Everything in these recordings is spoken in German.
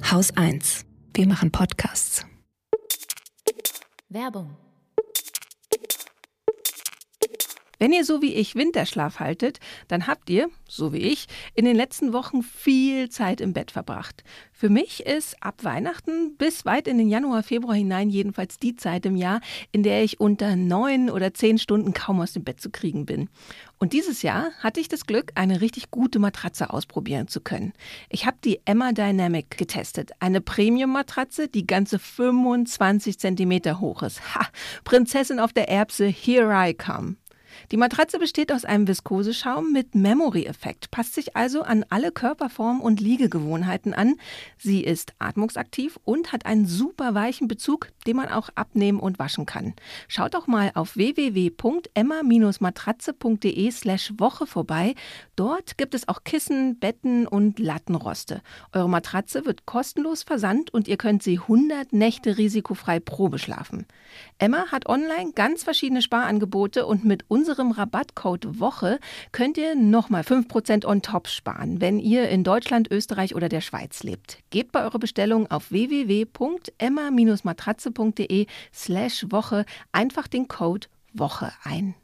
Haus 1. Wir machen Podcasts. Werbung. Wenn ihr so wie ich Winterschlaf haltet, dann habt ihr, so wie ich, in den letzten Wochen viel Zeit im Bett verbracht. Für mich ist ab Weihnachten bis weit in den Januar, Februar hinein jedenfalls die Zeit im Jahr, in der ich unter 9 oder 10 Stunden kaum aus dem Bett zu kriegen bin. Und dieses Jahr hatte ich das Glück, eine richtig gute Matratze ausprobieren zu können. Ich habe die Emma Dynamic getestet, eine Premium-Matratze, die ganze 25 Zentimeter hoch ist. Ha, Prinzessin auf der Erbse, here I come. Die Matratze besteht aus einem Viskoseschaum mit Memory-Effekt, passt sich also an alle Körperformen und Liegegewohnheiten an. Sie ist atmungsaktiv und hat einen super weichen Bezug, den man auch abnehmen und waschen kann. Schaut doch mal auf www.emma-matratze.de/Woche vorbei. Dort gibt es auch Kissen, Betten und Lattenroste. Eure Matratze wird kostenlos versandt und ihr könnt sie 100 Nächte risikofrei Probe schlafen. Emma hat online ganz verschiedene Sparangebote und mit unserem Rabattcode Woche könnt ihr nochmal 5% on top sparen, wenn ihr in Deutschland, Österreich oder der Schweiz lebt. Gebt bei eurer Bestellung auf www.emma-matratze.de/Woche einfach den Code Woche ein.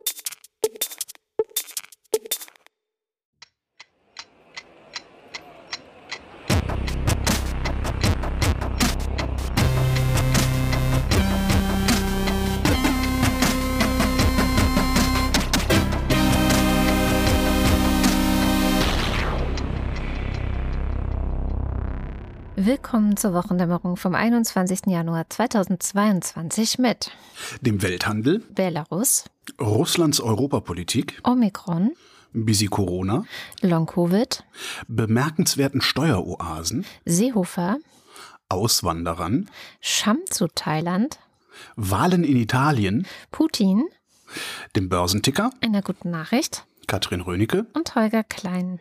Willkommen zur Wochendämmerung vom 21. Januar 2022 mit dem Welthandel, Belarus, Russlands Europapolitik, Omikron, Busy Corona, Long-Covid, bemerkenswerten Steueroasen, Seehofer, Auswanderern, Scham zu Thailand, Wahlen in Italien, Putin, dem Börsenticker, einer guten Nachricht Katrin Rönecke und Holger Klein.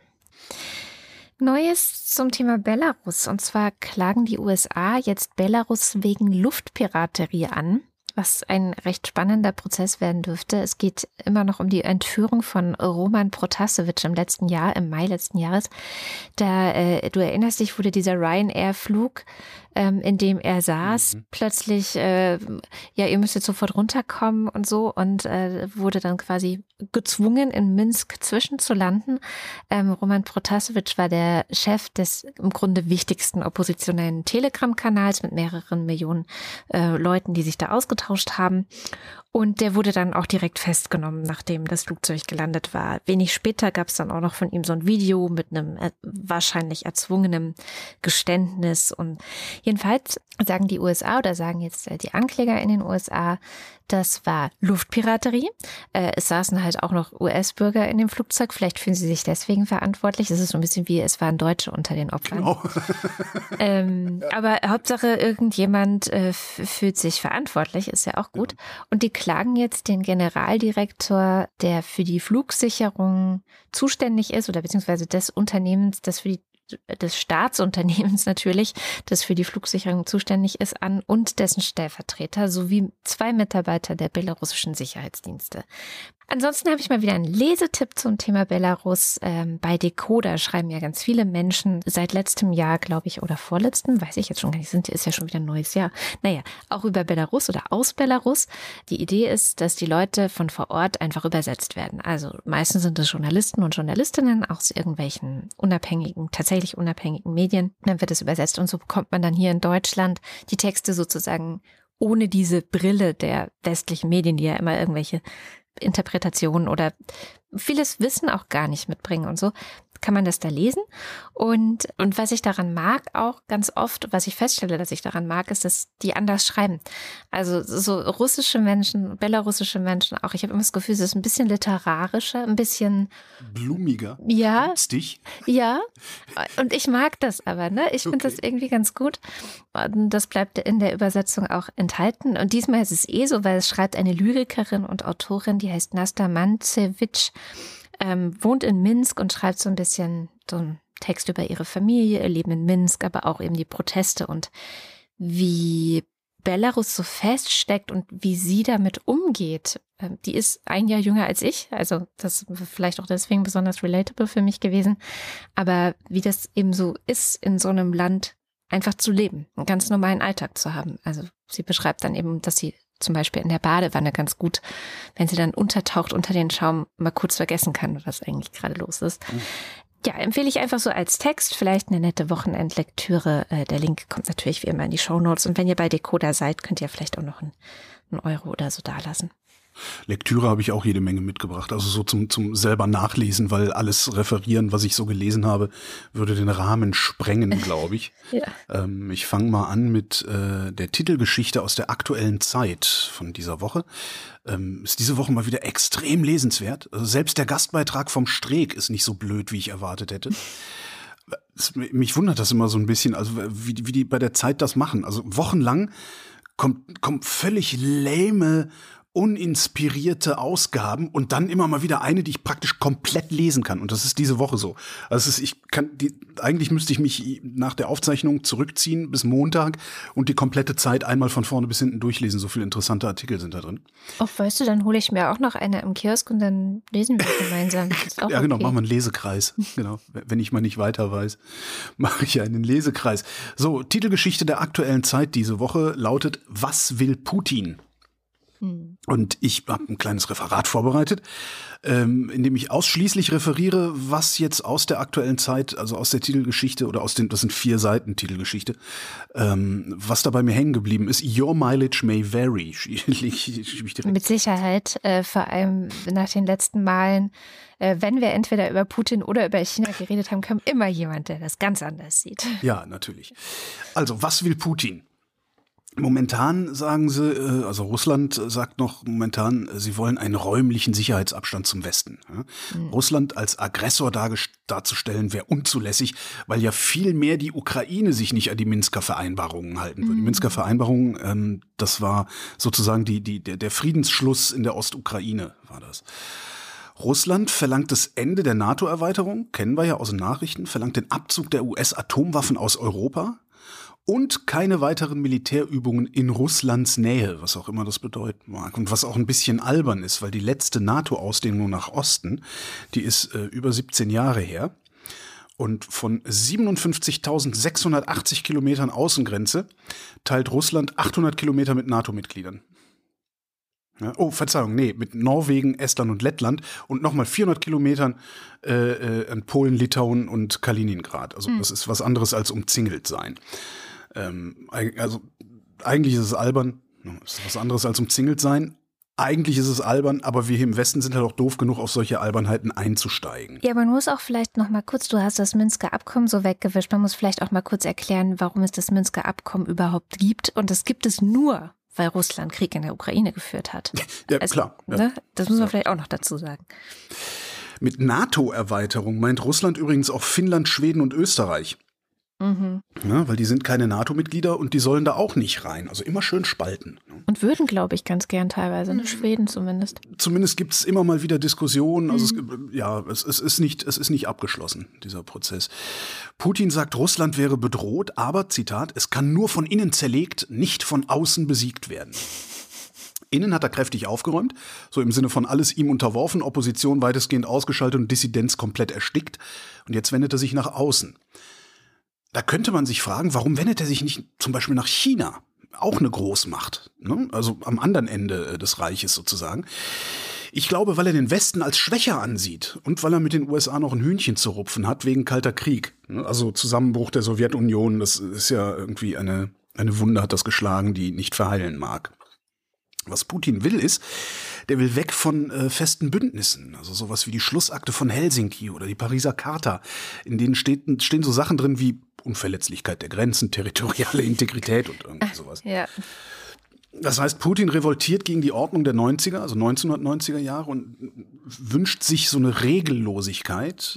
Neues zum Thema Belarus. Und zwar klagen die USA jetzt Belarus wegen Luftpiraterie an, was ein recht spannender Prozess werden dürfte. Es geht immer noch um die Entführung von Roman Protasevich im Mai letzten Jahres. Da, du erinnerst dich, wurde dieser Ryanair-Flug, in dem er saß, plötzlich, ihr müsst jetzt sofort runterkommen und so, und wurde dann quasi gezwungen, in Minsk zwischenzulanden. Roman Protasevich war der Chef des im Grunde wichtigsten oppositionellen Telegram-Kanals mit mehreren Millionen Leuten, die sich da ausgetauscht haben. Und der wurde dann auch direkt festgenommen, nachdem das Flugzeug gelandet war. Wenig später gab es dann auch noch von ihm so ein Video mit einem wahrscheinlich erzwungenen Geständnis. Und jedenfalls sagen die USA oder sagen jetzt die Ankläger in den USA, das war Luftpiraterie. Es saßen halt auch noch US-Bürger in dem Flugzeug. Vielleicht fühlen sie sich deswegen verantwortlich. Es ist so ein bisschen wie, es waren Deutsche unter den Opfern. Genau. Aber Hauptsache, irgendjemand fühlt sich verantwortlich, ist ja auch gut. Ja. Und die klagen jetzt den Generaldirektor, der für die Flugsicherung zuständig ist, oder beziehungsweise des Unternehmens, des Staatsunternehmens natürlich, das für die Flugsicherung zuständig ist, an, und dessen Stellvertreter sowie 2 Mitarbeiter der belarussischen Sicherheitsdienste. Ansonsten habe ich mal wieder einen Lesetipp zum Thema Belarus. Bei Decoder schreiben ja ganz viele Menschen seit letztem Jahr, glaube ich, oder vorletztem, weiß ich jetzt schon gar nicht, ist ja schon wieder ein neues Jahr. Naja, auch über Belarus oder aus Belarus. Die Idee ist, dass die Leute von vor Ort einfach übersetzt werden. Also meistens sind es Journalisten und Journalistinnen aus irgendwelchen tatsächlich unabhängigen Medien. Dann wird es übersetzt und so bekommt man dann hier in Deutschland die Texte sozusagen ohne diese Brille der westlichen Medien, die ja immer irgendwelche Interpretationen oder vieles Wissen auch gar nicht mitbringen und so, kann man das da lesen. Und was ich daran mag, auch ganz oft, was ich feststelle, dass ich daran mag, ist, dass die anders schreiben. Also so russische Menschen, belarussische Menschen auch. Ich habe immer das Gefühl, es ist ein bisschen literarischer, ein bisschen blumiger. Ja. Lustig. Ja. Und ich mag das aber, ne? Ich finde das irgendwie ganz gut. Und das bleibt in der Übersetzung auch enthalten. Und diesmal ist es so, weil es schreibt eine Lyrikerin und Autorin, die heißt Nasta Mancevic, wohnt in Minsk und schreibt so einen Text über ihre Familie, ihr Leben in Minsk, aber auch eben die Proteste und wie Belarus so feststeckt und wie sie damit umgeht. Die ist 1 Jahr jünger als ich, also das ist vielleicht auch deswegen besonders relatable für mich gewesen. Aber wie das eben so ist, in so einem Land einfach zu leben, einen ganz normalen Alltag zu haben. Also sie beschreibt dann eben, dass sie zum Beispiel in der Badewanne ganz gut, wenn sie dann untertaucht unter den Schaum, mal kurz vergessen kann, was eigentlich gerade los ist. Ja, empfehle ich einfach so als Text, vielleicht eine nette Wochenendlektüre. Der Link kommt natürlich wie immer in die Shownotes. Und wenn ihr bei Decoder seid, könnt ihr vielleicht auch noch einen Euro oder so dalassen. Lektüre habe ich auch jede Menge mitgebracht, also so zum selber nachlesen, weil alles referieren, was ich so gelesen habe, würde den Rahmen sprengen, glaube ich. Ja. Ich fange mal an mit der Titelgeschichte aus der aktuellen Zeit von dieser Woche. Ist diese Woche mal wieder extrem lesenswert. Also selbst der Gastbeitrag vom Streeck ist nicht so blöd, wie ich erwartet hätte. Mich wundert das immer so ein bisschen, also wie die bei der Zeit das machen. Also wochenlang kommt völlig lame, uninspirierte Ausgaben und dann immer mal wieder eine, die ich praktisch komplett lesen kann. Und das ist diese Woche so. Also eigentlich müsste ich mich nach der Aufzeichnung zurückziehen bis Montag und die komplette Zeit einmal von vorne bis hinten durchlesen. So viele interessante Artikel sind da drin. Oh, weißt du, dann hole ich mir auch noch eine im Kiosk und dann lesen wir gemeinsam. Das ist auch ja, genau, okay. machen wir einen Lesekreis. Genau. Wenn ich mal nicht weiter weiß, mache ich einen Lesekreis. So, Titelgeschichte der aktuellen Zeit diese Woche lautet: Was will Putin? Und ich habe ein kleines Referat vorbereitet, in dem ich ausschließlich referiere, was jetzt aus der aktuellen Zeit, also aus der Titelgeschichte oder das sind 4 Seiten Titelgeschichte, was da bei mir hängen geblieben ist. Your mileage may vary. Mit Sicherheit, vor allem nach den letzten Malen, wenn wir entweder über Putin oder über China geredet haben, kam immer jemand, der das ganz anders sieht. Ja, natürlich. Also, was will Putin? Momentan sagen sie, also Russland sagt noch momentan, sie wollen einen räumlichen Sicherheitsabstand zum Westen. Russland als Aggressor darzustellen wäre unzulässig, weil ja viel mehr die Ukraine sich nicht an die Minsker Vereinbarungen halten würde. Die Minsker Vereinbarungen, das war sozusagen der Friedensschluss in der Ostukraine, war das. Russland verlangt das Ende der NATO-Erweiterung, kennen wir ja aus den Nachrichten, verlangt den Abzug der US-Atomwaffen aus Europa. Und keine weiteren Militärübungen in Russlands Nähe, was auch immer das bedeuten mag. Und was auch ein bisschen albern ist, weil die letzte NATO-Ausdehnung nach Osten, die ist über 17 Jahre her. Und von 57.680 Kilometern Außengrenze teilt Russland 800 Kilometer mit NATO-Mitgliedern. Ja, mit Norwegen, Estland und Lettland und nochmal 400 Kilometern an Polen, Litauen und Kaliningrad. Also das ist was anderes als umzingelt sein. Also eigentlich ist es albern, es ist was anderes als umzingelt sein. Eigentlich ist es albern, aber wir hier im Westen sind halt auch doof genug, auf solche Albernheiten einzusteigen. Ja, man muss auch vielleicht noch mal kurz, du hast das Minsker Abkommen so weggewischt, man muss vielleicht auch mal kurz erklären, warum es das Minsker Abkommen überhaupt gibt. Und das gibt es nur, weil Russland Krieg in der Ukraine geführt hat. Ja, also, klar. Ja. Ne? Das muss man vielleicht auch noch dazu sagen. Mit NATO-Erweiterung meint Russland übrigens auch Finnland, Schweden und Österreich. Ja, weil die sind keine NATO-Mitglieder und die sollen da auch nicht rein. Also immer schön spalten. Und würden, glaube ich, ganz gern teilweise, ne? Schweden zumindest. Zumindest gibt es immer mal wieder Diskussionen. Also es ist nicht abgeschlossen, dieser Prozess. Putin sagt, Russland wäre bedroht, aber, Zitat, es kann nur von innen zerlegt, nicht von außen besiegt werden. Innen hat er kräftig aufgeräumt, so im Sinne von alles ihm unterworfen, Opposition weitestgehend ausgeschaltet und Dissidenz komplett erstickt. Und jetzt wendet er sich nach außen. Da könnte man sich fragen, warum wendet er sich nicht zum Beispiel nach China? Auch eine Großmacht, ne? Also am anderen Ende des Reiches sozusagen. Ich glaube, weil er den Westen als schwächer ansieht und weil er mit den USA noch ein Hühnchen zu rupfen hat wegen Kalter Krieg. Also Zusammenbruch der Sowjetunion, das ist ja irgendwie eine Wunde hat das geschlagen, die nicht verheilen mag. Was Putin will ist, der will weg von festen Bündnissen, also sowas wie die Schlussakte von Helsinki oder die Pariser Charta, in denen stehen so Sachen drin wie Unverletzlichkeit der Grenzen, territoriale Integrität und irgendwie sowas. Ja. Das heißt, Putin revoltiert gegen die Ordnung der 90er, also 1990er Jahre und wünscht sich so eine Regellosigkeit,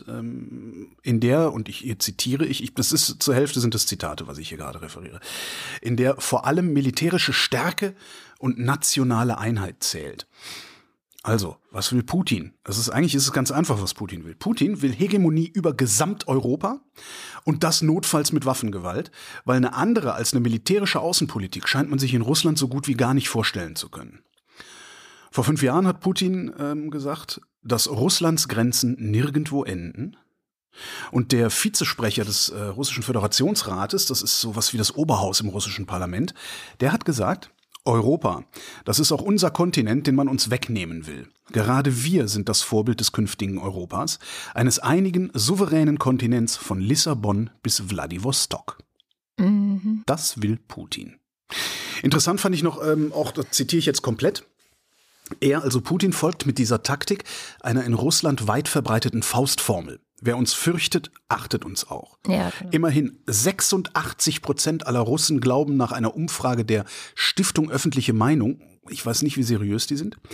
in der, und hier zitiere das ist zur Hälfte sind das Zitate, was ich hier gerade referiere, in der vor allem militärische Stärke und nationale Einheit zählt. Also, was will Putin? Eigentlich ist es ganz einfach, was Putin will. Putin will Hegemonie über Gesamteuropa und das notfalls mit Waffengewalt, weil eine andere als eine militärische Außenpolitik scheint man sich in Russland so gut wie gar nicht vorstellen zu können. Vor 5 Jahren hat Putin gesagt, dass Russlands Grenzen nirgendwo enden Und der Vizesprecher des russischen Föderationsrates, das ist sowas wie das Oberhaus im russischen Parlament, der hat gesagt, Europa, das ist auch unser Kontinent, den man uns wegnehmen will. Gerade wir sind das Vorbild des künftigen Europas, eines einigen souveränen Kontinents von Lissabon bis Wladiwostok. Mhm. Das will Putin. Interessant fand ich noch, auch das zitiere ich jetzt komplett, er, also Putin, folgt mit dieser Taktik einer in Russland weit verbreiteten Faustformel. Wer uns fürchtet, achtet uns auch. Ja, genau. Immerhin 86% aller Russen glauben nach einer Umfrage der Stiftung Öffentliche Meinung, ich weiß nicht, wie seriös die sind,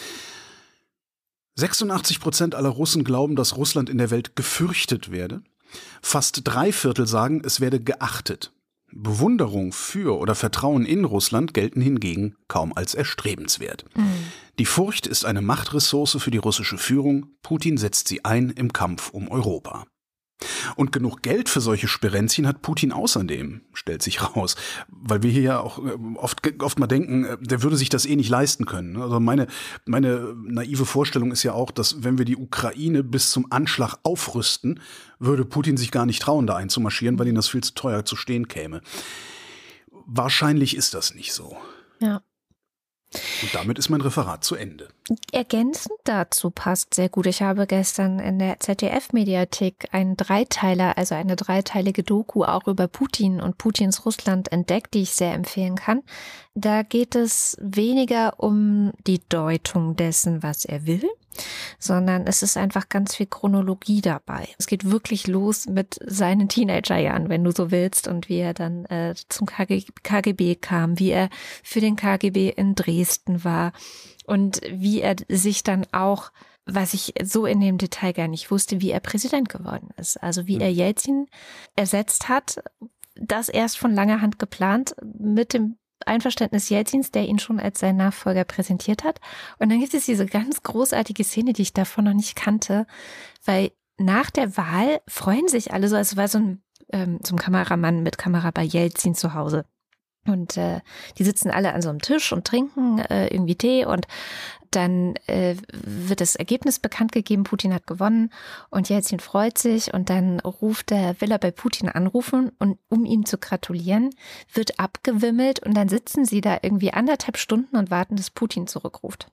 86% aller Russen glauben, dass Russland in der Welt gefürchtet werde. Fast 3/4 sagen, es werde geachtet. Bewunderung für oder Vertrauen in Russland gelten hingegen kaum als erstrebenswert. Die Furcht ist eine Machtressource für die russische Führung. Putin setzt sie ein im Kampf um Europa. Und genug Geld für solche Sperenzchen hat Putin außerdem, stellt sich raus. Weil wir hier ja auch oft mal denken, der würde sich das eh nicht leisten können. Also meine naive Vorstellung ist ja auch, dass wenn wir die Ukraine bis zum Anschlag aufrüsten, würde Putin sich gar nicht trauen, da einzumarschieren, weil ihm das viel zu teuer zu stehen käme. Wahrscheinlich ist das nicht so. Ja. Und damit ist mein Referat zu Ende. Ergänzend dazu passt sehr gut. Ich habe gestern in der ZDF-Mediathek einen Dreiteiler, also eine dreiteilige Doku auch über Putin und Putins Russland entdeckt, die ich sehr empfehlen kann. Da geht es weniger um die Deutung dessen, was er will, sondern es ist einfach ganz viel Chronologie dabei. Es geht wirklich los mit seinen Teenagerjahren, wenn du so willst, und wie er dann zum KGB kam, wie er für den KGB in Dresden war und wie er sich dann auch, was ich so in dem Detail gar nicht wusste, wie er Präsident geworden ist. Also wie er Jelzin ersetzt hat, das erst von langer Hand geplant mit dem Einverständnis Jelzins, der ihn schon als sein Nachfolger präsentiert hat. Und dann gibt es diese ganz großartige Szene, die ich davon noch nicht kannte, weil nach der Wahl freuen sich alle so, es war so ein Kameramann mit Kamera bei Jelzin zu Hause. Und die sitzen alle an so einem Tisch und trinken irgendwie Tee, und dann wird das Ergebnis bekannt gegeben, Putin hat gewonnen und Jelzin freut sich, und dann will er bei Putin anrufen, und um ihm zu gratulieren, wird abgewimmelt, und dann sitzen sie da irgendwie 1,5 Stunden und warten, dass Putin zurückruft.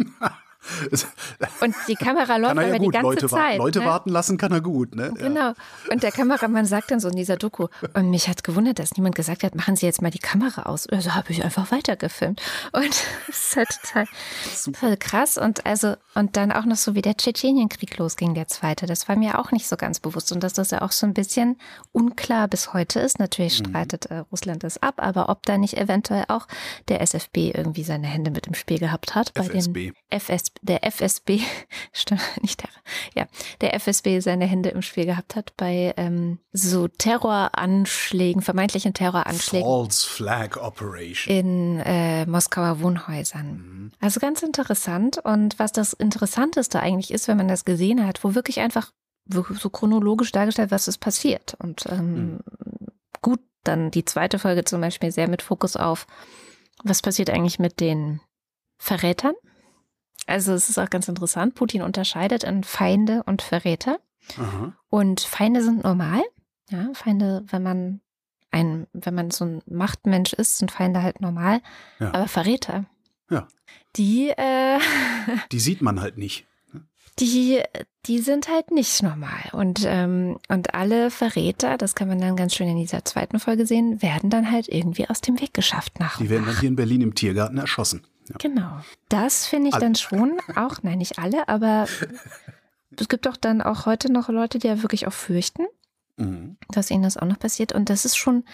Und die Kamera läuft aber die ganze Zeit. Leute warten lassen kann er gut, ne? Genau. Ja. Und der Kameramann sagt dann so in dieser Doku, und mich hat gewundert, dass niemand gesagt hat, machen Sie jetzt mal die Kamera aus. Also habe ich einfach weitergefilmt. Und das ist halt total krass. Und dann auch noch so, wie der Tschetschenienkrieg losging, der zweite. Das war mir auch nicht so ganz bewusst. Und dass das ja auch so ein bisschen unklar bis heute ist. Natürlich streitet Russland das ab, aber ob da nicht eventuell auch der SFB irgendwie seine Hände mit im Spiel gehabt hat. Bei der FSB, stimmt, nicht der FSB seine Hände im Spiel gehabt hat bei so Terroranschlägen, vermeintlichen Terroranschlägen. False Flag Operation. In Moskauer Wohnhäusern. Also ganz interessant. Und was das Interessanteste eigentlich ist, wenn man das gesehen hat, wo wirklich einfach so chronologisch dargestellt, was ist passiert. Und gut, dann die zweite Folge zum Beispiel sehr mit Fokus auf, was passiert eigentlich mit den Verrätern. Also es ist auch ganz interessant, Putin unterscheidet in Feinde und Verräter. Aha. Und Feinde sind normal. Ja, Feinde, wenn man so ein Machtmensch ist, sind Feinde halt normal. Ja. Aber Verräter, die sieht man halt nicht. Die sind halt nicht normal. Und alle Verräter, das kann man dann ganz schön in dieser zweiten Folge sehen, werden dann halt irgendwie aus dem Weg geschafft nach. Die werden dann hier in Berlin im Tiergarten erschossen. Ja. Genau. Das finde ich dann schon auch, nein, nicht alle, aber es gibt doch dann auch heute noch Leute, die ja wirklich auch fürchten, dass ihnen das auch noch passiert. Und das ist schon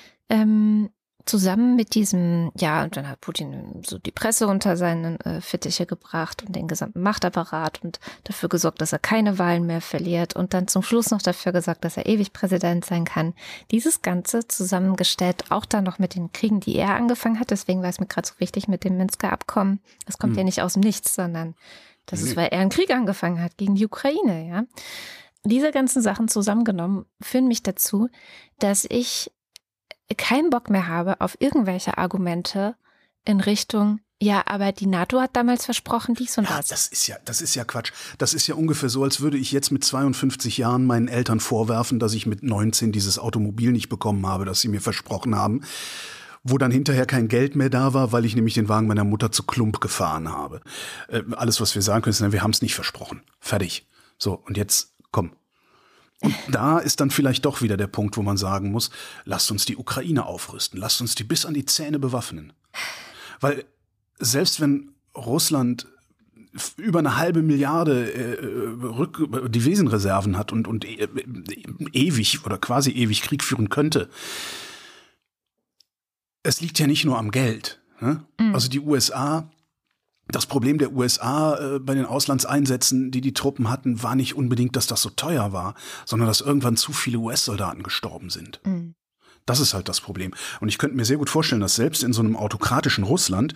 zusammen mit diesem, und dann hat Putin so die Presse unter seinen Fittiche gebracht und den gesamten Machtapparat und dafür gesorgt, dass er keine Wahlen mehr verliert und dann zum Schluss noch dafür gesorgt, dass er ewig Präsident sein kann. Dieses Ganze zusammengestellt, auch dann noch mit den Kriegen, die er angefangen hat, deswegen war es mir gerade so wichtig mit dem Minsker Abkommen. Das kommt ja nicht aus dem Nichts, sondern das ist, weil er einen Krieg angefangen hat gegen die Ukraine, ja. Diese ganzen Sachen zusammengenommen führen mich dazu, dass ich keinen Bock mehr habe auf irgendwelche Argumente in Richtung, Ja, aber die NATO hat damals versprochen, dies und das. Das ist ja Quatsch. Das ist ja ungefähr so, als würde ich jetzt mit 52 Jahren meinen Eltern vorwerfen, dass ich mit 19 dieses Automobil nicht bekommen habe, das sie mir versprochen haben, wo dann hinterher kein Geld mehr da war, weil ich nämlich den Wagen meiner Mutter zu Klump gefahren habe. Alles, was wir sagen können, ist, wir haben es nicht versprochen. Fertig. So, und jetzt komm. Und da ist dann vielleicht doch wieder der Punkt, wo man sagen muss, lasst uns die Ukraine aufrüsten, lasst uns die bis an die Zähne bewaffnen. Weil selbst wenn Russland über 1/2 Milliarde Devisenreserven hat und ewig oder quasi ewig Krieg führen könnte, es liegt ja nicht nur am Geld. Ne? Also die USA, das Problem der USA bei den Auslandseinsätzen, die Truppen hatten, war nicht unbedingt, dass das so teuer war, sondern dass irgendwann zu viele US-Soldaten gestorben sind. Das ist halt das Problem. Und ich könnte mir sehr gut vorstellen, dass selbst in so einem autokratischen Russland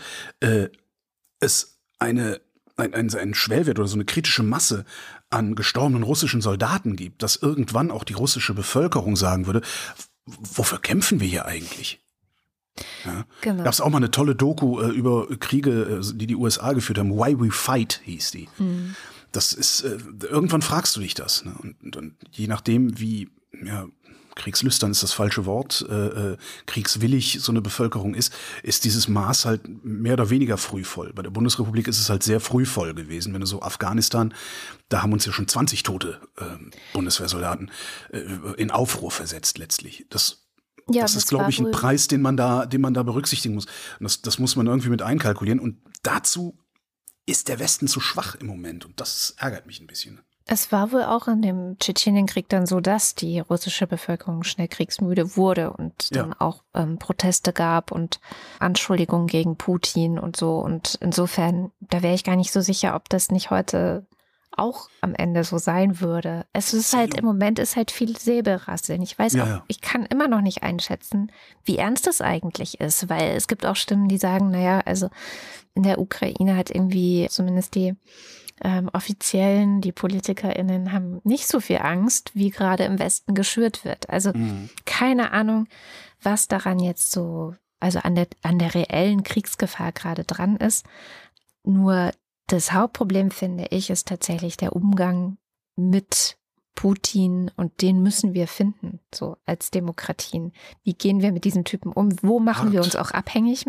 es einen Schwellwert oder so eine kritische Masse an gestorbenen russischen Soldaten gibt, dass irgendwann auch die russische Bevölkerung sagen würde, wofür kämpfen wir hier eigentlich? Ja. Genau. Gab es auch mal eine tolle Doku über Kriege, die USA geführt haben. Why We Fight hieß die. Das ist, irgendwann fragst du dich das. Ne? Und je nachdem, wie kriegslüstern ist das falsche Wort, kriegswillig so eine Bevölkerung ist dieses Maß halt mehr oder weniger früh voll. Bei der Bundesrepublik ist es halt sehr früh voll gewesen. Wenn du so Afghanistan, da haben uns ja schon 20 tote Bundeswehrsoldaten in Aufruhr versetzt letztlich. Das ist, glaube ich, ein Preis, den man da berücksichtigen muss. Und das muss man irgendwie mit einkalkulieren. Und dazu ist der Westen zu schwach im Moment. Und das ärgert mich ein bisschen. Es war wohl auch in dem Tschetschenienkrieg dann so, dass die russische Bevölkerung schnell kriegsmüde wurde und dann auch Proteste gab und Anschuldigungen gegen Putin und so. Und insofern, da wäre ich gar nicht so sicher, ob das nicht heute auch am Ende so sein würde. Es ist halt, im Moment ist halt viel Säbelrasseln. Ich weiß auch, ich kann immer noch nicht einschätzen, wie ernst das eigentlich ist, weil es gibt auch Stimmen, die sagen, naja, also in der Ukraine hat irgendwie zumindest die Offiziellen, die PolitikerInnen haben nicht so viel Angst, wie gerade im Westen geschürt wird. Also keine Ahnung, was daran jetzt so, also an der reellen Kriegsgefahr gerade dran ist. Nur das Hauptproblem, finde ich, ist tatsächlich der Umgang mit Putin und den müssen wir finden, so als Demokratien. Wie gehen wir mit diesen Typen um? Wo machen wir uns auch abhängig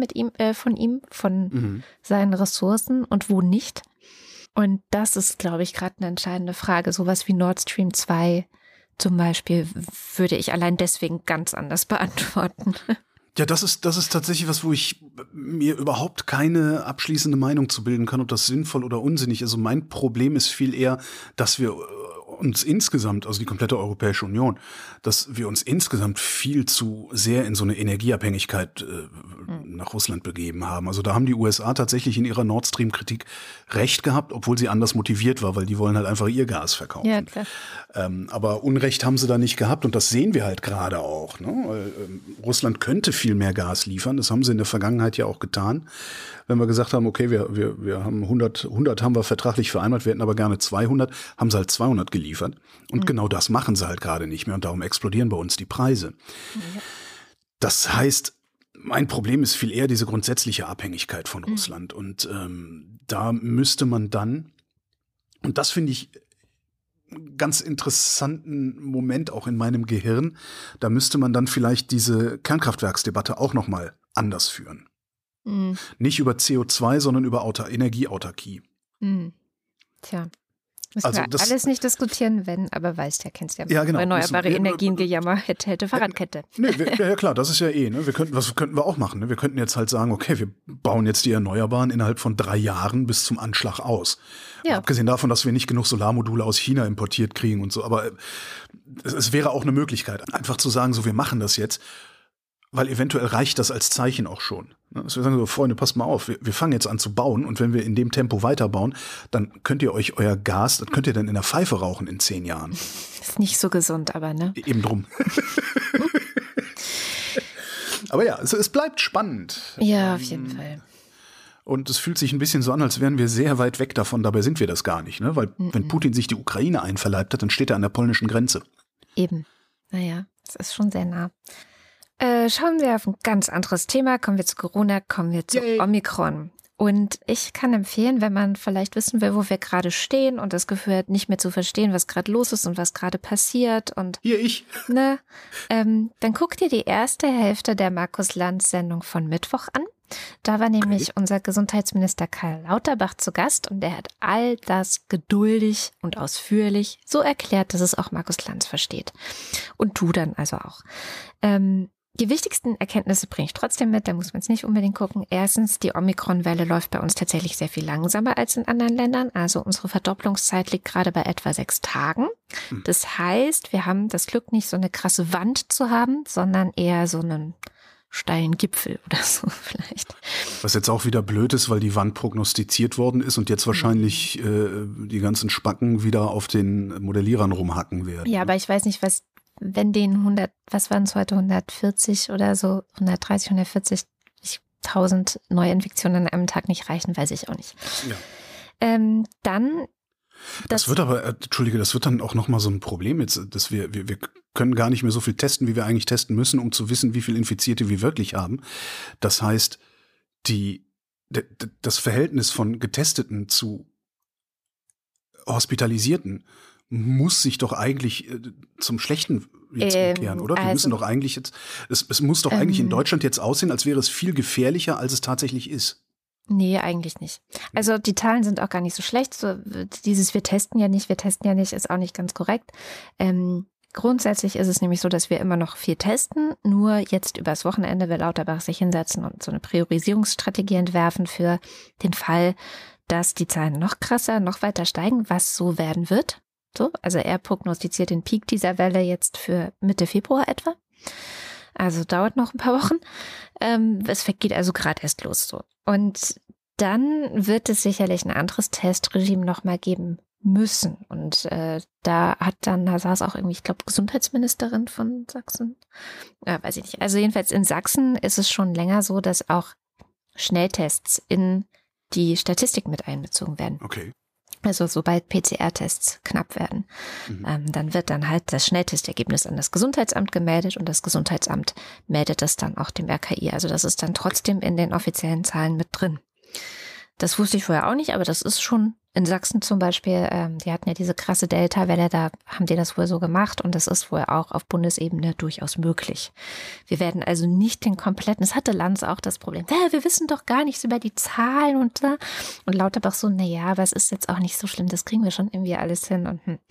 von seinen Ressourcen und wo nicht? Und das ist, glaube ich, gerade eine entscheidende Frage. Sowas wie Nord Stream 2 zum Beispiel würde ich allein deswegen ganz anders beantworten. Ja, das ist tatsächlich was, wo ich mir überhaupt keine abschließende Meinung zu bilden kann, ob das sinnvoll oder unsinnig ist. Also mein Problem ist viel eher, dass wir uns insgesamt, also die komplette Europäische Union, dass wir uns insgesamt viel zu sehr in so eine Energieabhängigkeit nach Russland begeben haben. Also da haben die USA tatsächlich in ihrer Nord Stream-Kritik recht gehabt, obwohl sie anders motiviert war, weil die wollen halt einfach ihr Gas verkaufen. Ja, klar. Aber Unrecht haben sie da nicht gehabt und das sehen wir halt gerade auch. Ne? Russland könnte viel mehr Gas liefern, das haben sie in der Vergangenheit ja auch getan. Wenn wir gesagt haben, okay, wir haben 100 haben wir vertraglich vereinbart, wir hätten aber gerne 200, haben sie halt 200 geliefert. Und genau das machen sie halt gerade nicht mehr und darum explodieren bei uns die Preise. Ja. Das heißt, mein Problem ist viel eher diese grundsätzliche Abhängigkeit von Russland. Und da müsste man dann, und das finde ich einen ganz interessanten Moment auch in meinem Gehirn, da müsste man dann vielleicht diese Kernkraftwerksdebatte auch nochmal anders führen. Nicht über CO2, sondern über Energieautarkie. Tja. Müssen wir alles nicht diskutieren, aber weißt ja, kennst ja, genau. Erneuerbare Energiengejammer, hätte Fahrradkette. Ja klar, das ist ja ne? Was könnten wir auch machen? Ne? Wir könnten jetzt halt sagen, okay, wir bauen jetzt die Erneuerbaren innerhalb von 3 Jahren bis zum Anschlag aus. Ja. Abgesehen davon, dass wir nicht genug Solarmodule aus China importiert kriegen und so, aber es wäre auch eine Möglichkeit, einfach zu sagen, so wir machen das jetzt. Weil eventuell reicht das als Zeichen auch schon. Dass wir sagen so, Freunde, passt mal auf, wir fangen jetzt an zu bauen und wenn wir in dem Tempo weiterbauen, dann könnt ihr euch euer Gas, das könnt ihr dann in der Pfeife rauchen in 10 Jahren. Ist nicht so gesund, aber ne? Eben drum. Aber ja, es bleibt spannend. Ja, auf jeden Fall. Und es fühlt sich ein bisschen so an, als wären wir sehr weit weg davon, dabei sind wir das gar nicht. Ne? Weil wenn Putin sich die Ukraine einverleibt hat, dann steht er an der polnischen Grenze. Eben. Naja, es ist schon sehr nah. Schauen wir auf ein ganz anderes Thema. Kommen wir zu Corona, kommen wir zu Omikron. Und ich kann empfehlen, wenn man vielleicht wissen will, wo wir gerade stehen und das Gefühl hat, nicht mehr zu verstehen, was gerade los ist und was gerade passiert. Und Hier ich. Ne, dann guck dir die erste Hälfte der Markus-Lanz-Sendung von Mittwoch an. Da war nämlich unser Gesundheitsminister Karl Lauterbach zu Gast und der hat all das geduldig und ausführlich so erklärt, dass es auch Markus Lanz versteht. Und du dann also auch. Die wichtigsten Erkenntnisse bringe ich trotzdem mit, da muss man es nicht unbedingt gucken. Erstens, die Omikron-Welle läuft bei uns tatsächlich sehr viel langsamer als in anderen Ländern. Also unsere Verdopplungszeit liegt gerade bei etwa 6 Tagen. Das heißt, wir haben das Glück, nicht so eine krasse Wand zu haben, sondern eher so einen steilen Gipfel oder so vielleicht. Was jetzt auch wieder blöd ist, weil die Wand prognostiziert worden ist und jetzt wahrscheinlich die ganzen Spacken wieder auf den Modellierern rumhacken werden. Ja, aber ich weiß nicht, wenn den 100, was waren es heute, 140 oder so, 130, 140.000 Neuinfektionen an einem Tag nicht reichen, weiß ich auch nicht. Ja. Dann das wird aber, Entschuldige, das wird dann auch nochmal so ein Problem jetzt, dass wir können gar nicht mehr so viel testen, wie wir eigentlich testen müssen, um zu wissen, wie viele Infizierte wir wirklich haben. Das heißt, das Verhältnis von Getesteten zu Hospitalisierten muss sich doch eigentlich zum Schlechten jetzt umkehren, oder? Wir müssen doch eigentlich jetzt, es muss doch eigentlich in Deutschland jetzt aussehen, als wäre es viel gefährlicher, als es tatsächlich ist. Nee, eigentlich nicht. Also die Zahlen sind auch gar nicht so schlecht. So, dieses wir testen ja nicht, ist auch nicht ganz korrekt. Grundsätzlich ist es nämlich so, dass wir immer noch viel testen. Nur jetzt übers Wochenende will Lauterbach sich hinsetzen und so eine Priorisierungsstrategie entwerfen für den Fall, dass die Zahlen noch krasser, noch weiter steigen, was so werden wird. So, also er prognostiziert den Peak dieser Welle jetzt für Mitte Februar etwa. Also dauert noch ein paar Wochen. Es geht also gerade erst los so. Und dann wird es sicherlich ein anderes Testregime nochmal geben müssen. Und da saß auch irgendwie, ich glaube, Gesundheitsministerin von Sachsen. Ja, weiß ich nicht. Also jedenfalls in Sachsen ist es schon länger so, dass auch Schnelltests in die Statistik mit einbezogen werden. Okay. Also sobald PCR-Tests knapp werden, dann wird dann halt das Schnelltestergebnis an das Gesundheitsamt gemeldet und das Gesundheitsamt meldet das dann auch dem RKI. Also das ist dann trotzdem in den offiziellen Zahlen mit drin. Das wusste ich vorher auch nicht, aber das ist schon in Sachsen zum Beispiel, die hatten ja diese krasse Delta-Welle, da haben die das wohl so gemacht und das ist wohl auch auf Bundesebene durchaus möglich. Wir werden also nicht den kompletten, es hatte Lanz auch das Problem, wir wissen doch gar nichts über die Zahlen und Lauterbach so, naja, aber es ist jetzt auch nicht so schlimm, das kriegen wir schon irgendwie alles hin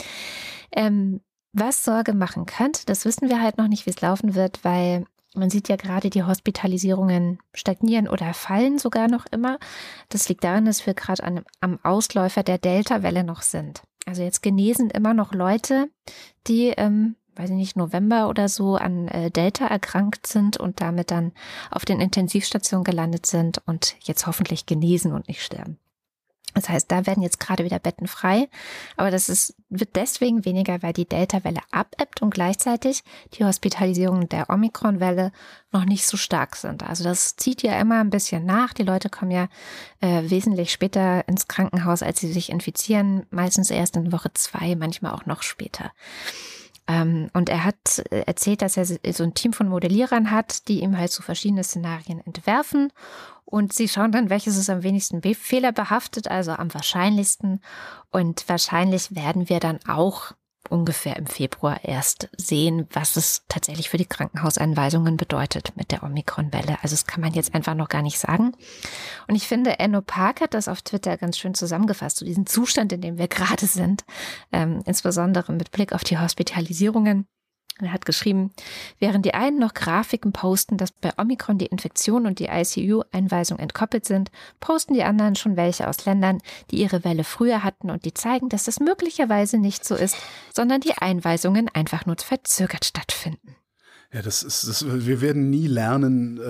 und was Sorge machen könnte, das wissen wir halt noch nicht, wie es laufen wird, weil man sieht ja gerade, die Hospitalisierungen stagnieren oder fallen sogar noch immer. Das liegt daran, dass wir gerade am Ausläufer der Delta-Welle noch sind. Also jetzt genesen immer noch Leute, die, weiß ich nicht, November oder so an Delta erkrankt sind und damit dann auf den Intensivstationen gelandet sind und jetzt hoffentlich genesen und nicht sterben. Das heißt, da werden jetzt gerade wieder Betten frei, aber wird deswegen weniger, weil die Delta-Welle abebbt und gleichzeitig die Hospitalisierungen der Omikron-Welle noch nicht so stark sind. Also das zieht ja immer ein bisschen nach. Die Leute kommen ja wesentlich später ins Krankenhaus, als sie sich infizieren, meistens erst in Woche 2, manchmal auch noch später. Und er hat erzählt, dass er so ein Team von Modellierern hat, die ihm halt so verschiedene Szenarien entwerfen. Und sie schauen dann, welches ist am wenigsten fehlerbehaftet, also am wahrscheinlichsten. Und wahrscheinlich werden wir dann auch ungefähr im Februar erst sehen, was es tatsächlich für die Krankenhauseinweisungen bedeutet mit der Omikron-Welle. Also das kann man jetzt einfach noch gar nicht sagen. Und ich finde, Enno Park hat das auf Twitter ganz schön zusammengefasst, so diesen Zustand, in dem wir gerade sind, insbesondere mit Blick auf die Hospitalisierungen. Er hat geschrieben, während die einen noch Grafiken posten, dass bei Omikron die Infektion und die ICU-Einweisung entkoppelt sind, posten die anderen schon welche aus Ländern, die ihre Welle früher hatten und die zeigen, dass das möglicherweise nicht so ist, sondern die Einweisungen einfach nur verzögert stattfinden. Ja, wir werden nie lernen,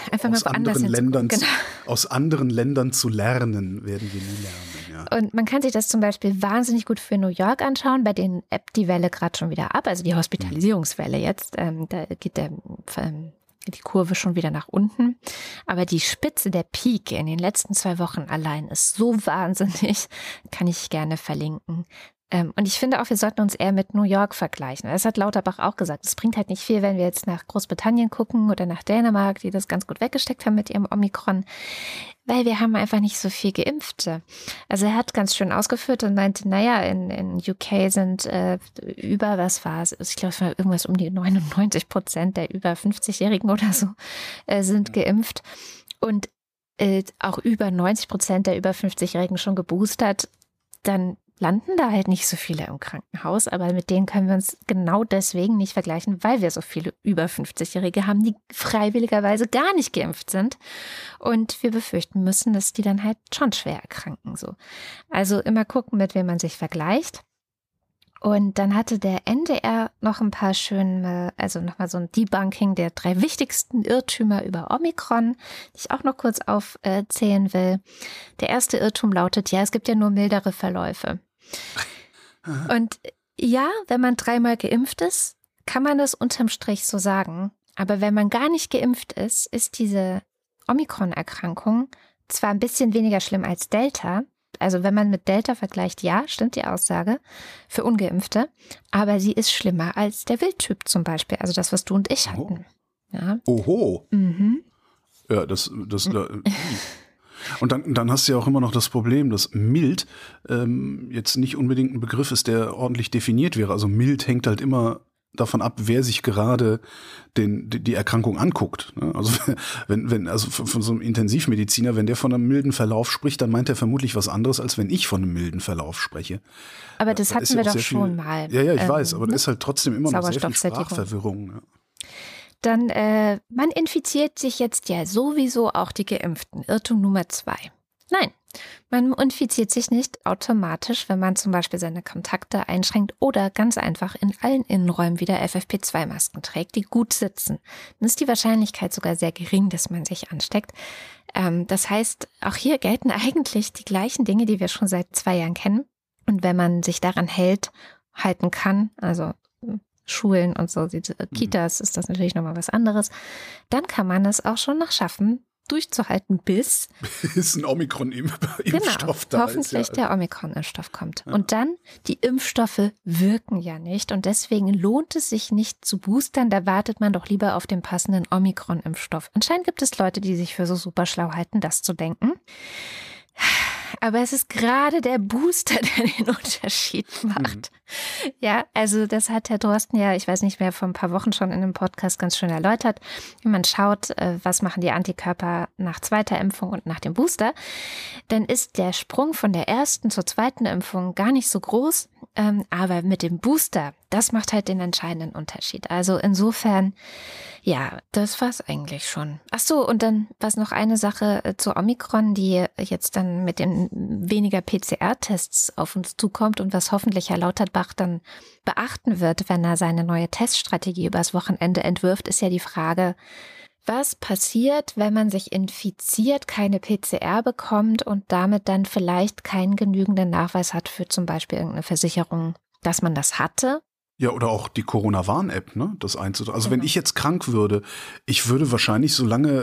aus anderen Ländern zu lernen, werden wir nie lernen. Ja. Und man kann sich das zum Beispiel wahnsinnig gut für New York anschauen, bei denen ebbt die Welle gerade schon wieder ab, also die Hospitalisierungswelle jetzt, da geht die Kurve schon wieder nach unten. Aber die Spitze, der Peak in den letzten 2 Wochen allein ist so wahnsinnig, kann ich gerne verlinken. Und ich finde auch, wir sollten uns eher mit New York vergleichen. Das hat Lauterbach auch gesagt. Es bringt halt nicht viel, wenn wir jetzt nach Großbritannien gucken oder nach Dänemark, die das ganz gut weggesteckt haben mit ihrem Omikron. weil wir haben einfach nicht so viel Geimpfte. Also er hat ganz schön ausgeführt und meinte, naja, in UK sind über, was war es? Ich glaube, es war irgendwas um die 99% der über 50-Jährigen oder so sind geimpft und auch über 90% der über 50-Jährigen schon geboostert. Dann landen da halt nicht so viele im Krankenhaus, aber mit denen können wir uns genau deswegen nicht vergleichen, weil wir so viele über 50-Jährige haben, die freiwilligerweise gar nicht geimpft sind und wir befürchten müssen, dass die dann halt schon schwer erkranken. So. Also immer gucken, mit wem man sich vergleicht. Und dann hatte der NDR noch ein paar schöne, also nochmal so ein Debunking der 3 wichtigsten Irrtümer über Omikron, die ich auch noch kurz aufzählen will. Der erste Irrtum lautet, ja, es gibt ja nur mildere Verläufe. Und ja, wenn man 3-mal geimpft ist, kann man das unterm Strich so sagen. Aber wenn man gar nicht geimpft ist, ist diese Omikron-Erkrankung zwar ein bisschen weniger schlimm als Delta. Also wenn man mit Delta vergleicht, ja, stimmt die Aussage, für Ungeimpfte, aber sie ist schlimmer als der Wildtyp zum Beispiel, also das, was du und ich hatten. Ja. Oho. Ja, und dann hast du ja auch immer noch das Problem, dass mild jetzt nicht unbedingt ein Begriff ist, der ordentlich definiert wäre. Also mild hängt halt immer davon ab, wer sich gerade die Erkrankung anguckt. Also also von so einem Intensivmediziner, wenn der von einem milden Verlauf spricht, dann meint er vermutlich was anderes, als wenn ich von einem milden Verlauf spreche. Aber das hatten wir doch schon mal. Ja, ich weiß, aber da ist halt trotzdem immer noch sehr viel Sprachverwirrung. Ja. Dann, man infiziert sich jetzt ja sowieso auch die Geimpften. Irrtum Nummer 2. Nein, man infiziert sich nicht automatisch, wenn man zum Beispiel seine Kontakte einschränkt oder ganz einfach in allen Innenräumen wieder FFP2-Masken trägt, die gut sitzen. Dann ist die Wahrscheinlichkeit sogar sehr gering, dass man sich ansteckt. Das heißt, auch hier gelten eigentlich die gleichen Dinge, die wir schon seit 2 Jahren kennen. Und wenn man sich daran halten kann, also Schulen und so, Kitas, ist das natürlich nochmal was anderes, dann kann man es auch schon noch schaffen, durchzuhalten, bis ein Omikron-Impfstoff da hoffentlich der Omikron-Impfstoff kommt. Ja. Und dann, die Impfstoffe wirken ja nicht und deswegen lohnt es sich nicht zu boostern, da wartet man doch lieber auf den passenden Omikron-Impfstoff. Anscheinend gibt es Leute, die sich für so super schlau halten, das zu denken. Aber es ist gerade der Booster, der den Unterschied macht. Ja, also das hat Herr Drosten ja, ich weiß nicht mehr, vor ein paar Wochen schon in einem Podcast ganz schön erläutert. Wenn man schaut, was machen die Antikörper nach 2. Impfung und nach dem Booster, dann ist der Sprung von der 1. zur 2. Impfung gar nicht so groß. Aber mit dem Booster, das macht halt den entscheidenden Unterschied. Also insofern, ja, das war's eigentlich schon. Ach so, und dann was noch eine Sache zu Omikron, die jetzt dann mit den weniger PCR-Tests auf uns zukommt und was hoffentlich Herr Lauterbach dann beachten wird, wenn er seine neue Teststrategie übers Wochenende entwirft, ist ja die Frage, was passiert, wenn man sich infiziert, keine PCR bekommt und damit dann vielleicht keinen genügenden Nachweis hat für zum Beispiel irgendeine Versicherung, dass man das hatte? Ja, oder auch die Corona-Warn-App, ne? Das einzutragen. Also wenn ich jetzt krank würde, ich würde wahrscheinlich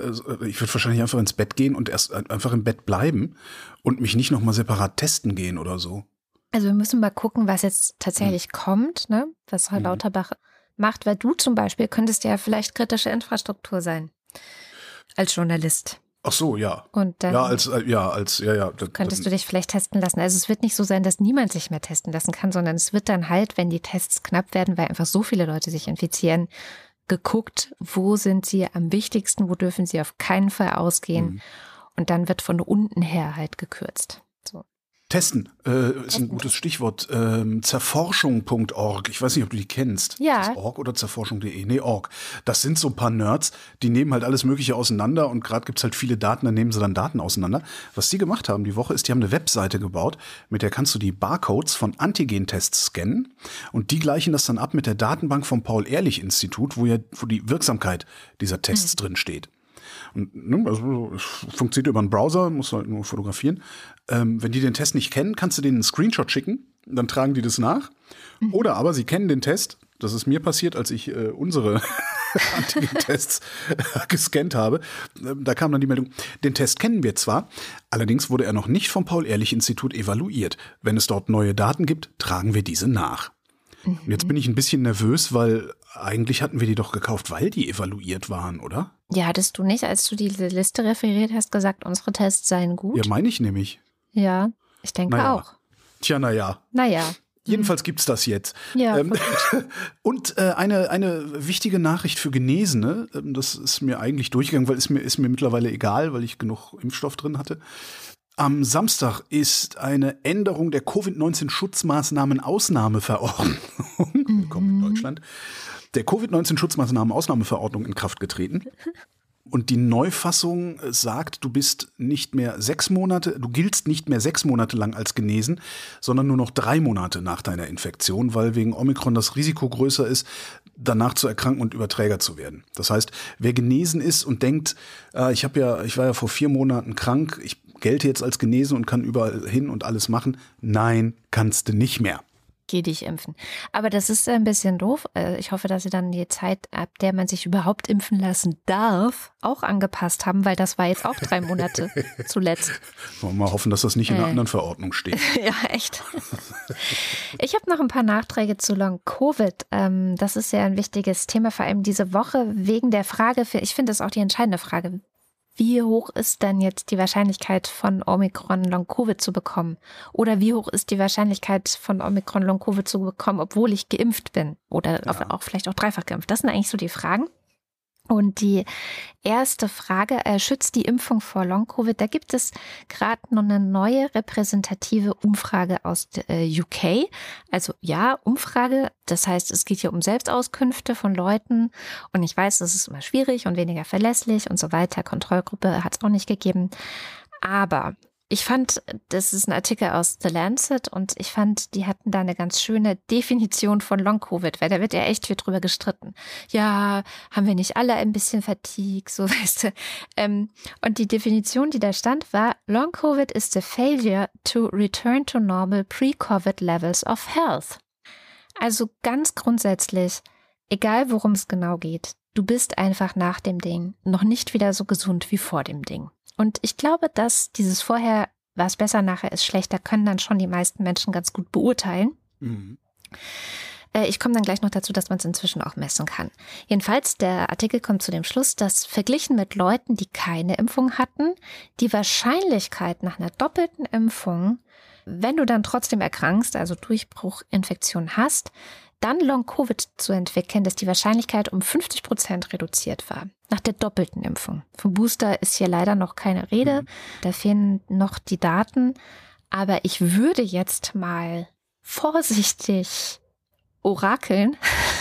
einfach ins Bett gehen und erst einfach im Bett bleiben und mich nicht nochmal separat testen gehen oder so. Also wir müssen mal gucken, was jetzt tatsächlich kommt, ne? Was Herr Lauterbach macht, weil du zum Beispiel könntest ja vielleicht kritische Infrastruktur sein. Als Journalist. Ach so, ja. Und dann könntest du dich vielleicht testen lassen. Also es wird nicht so sein, dass niemand sich mehr testen lassen kann, sondern es wird dann halt, wenn die Tests knapp werden, weil einfach so viele Leute sich infizieren, geguckt, wo sind sie am wichtigsten, wo dürfen sie auf keinen Fall ausgehen. Und dann wird von unten her halt gekürzt. So. Testen ist ein gutes Stichwort. Zerforschung.org. Ich weiß nicht, ob du die kennst. Ja. Ist das org oder zerforschung.de? Nee, org. Das sind so ein paar Nerds, die nehmen halt alles Mögliche auseinander und gerade gibt's halt viele Daten, dann nehmen sie dann Daten auseinander. Was die gemacht haben die Woche ist, die haben eine Webseite gebaut, mit der kannst du die Barcodes von Antigen-Tests scannen und die gleichen das dann ab mit der Datenbank vom Paul-Ehrlich-Institut, wo die Wirksamkeit dieser Tests drin steht. Und, also, es funktioniert über einen Browser, musst du halt nur fotografieren. Wenn die den Test nicht kennen, kannst du denen einen Screenshot schicken, dann tragen die das nach. Oder aber sie kennen den Test. Das ist mir passiert, als ich unsere Antigen-Tests gescannt habe. Da kam dann die Meldung, den Test kennen wir zwar, allerdings wurde er noch nicht vom Paul-Ehrlich-Institut evaluiert. Wenn es dort neue Daten gibt, tragen wir diese nach. Und jetzt bin ich ein bisschen nervös, weil eigentlich hatten wir die doch gekauft, weil die evaluiert waren, oder? Ja, hattest du nicht, als du diese Liste referiert hast, gesagt, unsere Tests seien gut? Ja, meine ich nämlich. Ja, ich denke auch. Tja, naja. Jedenfalls gibt's das jetzt. Ja, und eine wichtige Nachricht für Genesene, das ist mir eigentlich durchgegangen, weil ist mir mittlerweile egal, weil ich genug Impfstoff drin hatte. Am Samstag ist eine Änderung der Covid-19-Schutzmaßnahmen-Ausnahmeverordnung willkommen in Deutschland, der Covid-19-Schutzmaßnahmen-Ausnahmeverordnung in Kraft getreten. Und die Neufassung sagt, du giltst nicht mehr 6 Monate lang als genesen, sondern nur noch 3 Monate nach deiner Infektion, weil wegen Omikron das Risiko größer ist, danach zu erkranken und Überträger zu werden. Das heißt, wer genesen ist und denkt, ich war ja vor 4 Monaten krank, ich gelte jetzt als genesen und kann überall hin und alles machen. Nein, kannst du nicht mehr. Geh dich impfen. Aber das ist ein bisschen doof. Ich hoffe, dass sie dann die Zeit, ab der man sich überhaupt impfen lassen darf, auch angepasst haben, weil das war jetzt auch 3 Monate zuletzt. Wollen wir mal hoffen, dass das nicht in einer anderen Verordnung steht. Ja, echt. Ich habe noch ein paar Nachträge zu Long-Covid. Das ist ja ein wichtiges Thema, vor allem diese Woche, wegen der Frage, ich finde das auch die entscheidende Frage, wie hoch ist denn jetzt die Wahrscheinlichkeit von Omikron Long-Covid zu bekommen? Oder wie hoch ist die Wahrscheinlichkeit von Omikron Long-Covid zu bekommen, obwohl ich geimpft bin? Oder auch vielleicht auch dreifach geimpft? Das sind eigentlich so die Fragen. Und die erste Frage, schützt die Impfung vor Long-Covid? Da gibt es gerade noch eine neue repräsentative Umfrage aus UK. Also ja, Umfrage, das heißt, es geht hier um Selbstauskünfte von Leuten. Und ich weiß, das ist immer schwierig und weniger verlässlich und so weiter. Kontrollgruppe hat es auch nicht gegeben. Aber ich fand, das ist ein Artikel aus The Lancet und ich fand, die hatten da eine ganz schöne Definition von Long-Covid, weil da wird ja echt viel drüber gestritten. Ja, haben wir nicht alle ein bisschen Fatigue, so weißt du. Und die Definition, die da stand, war, Long-Covid is the failure to return to normal pre-Covid levels of health. Also ganz grundsätzlich, egal worum es genau geht, du bist einfach nach dem Ding noch nicht wieder so gesund wie vor dem Ding. Und ich glaube, dass dieses vorher war es besser, nachher ist schlechter, können dann schon die meisten Menschen ganz gut beurteilen. Mhm. Ich komme dann gleich noch dazu, dass man es inzwischen auch messen kann. Jedenfalls, der Artikel kommt zu dem Schluss, dass verglichen mit Leuten, die keine Impfung hatten, die Wahrscheinlichkeit nach einer doppelten Impfung, wenn du dann trotzdem erkrankst, also Durchbruchinfektion hast, dann Long-Covid zu entwickeln, dass die Wahrscheinlichkeit um 50% reduziert war. Nach der doppelten Impfung. Vom Booster ist hier leider noch keine Rede. Da fehlen noch die Daten. Aber ich würde jetzt mal vorsichtig orakeln,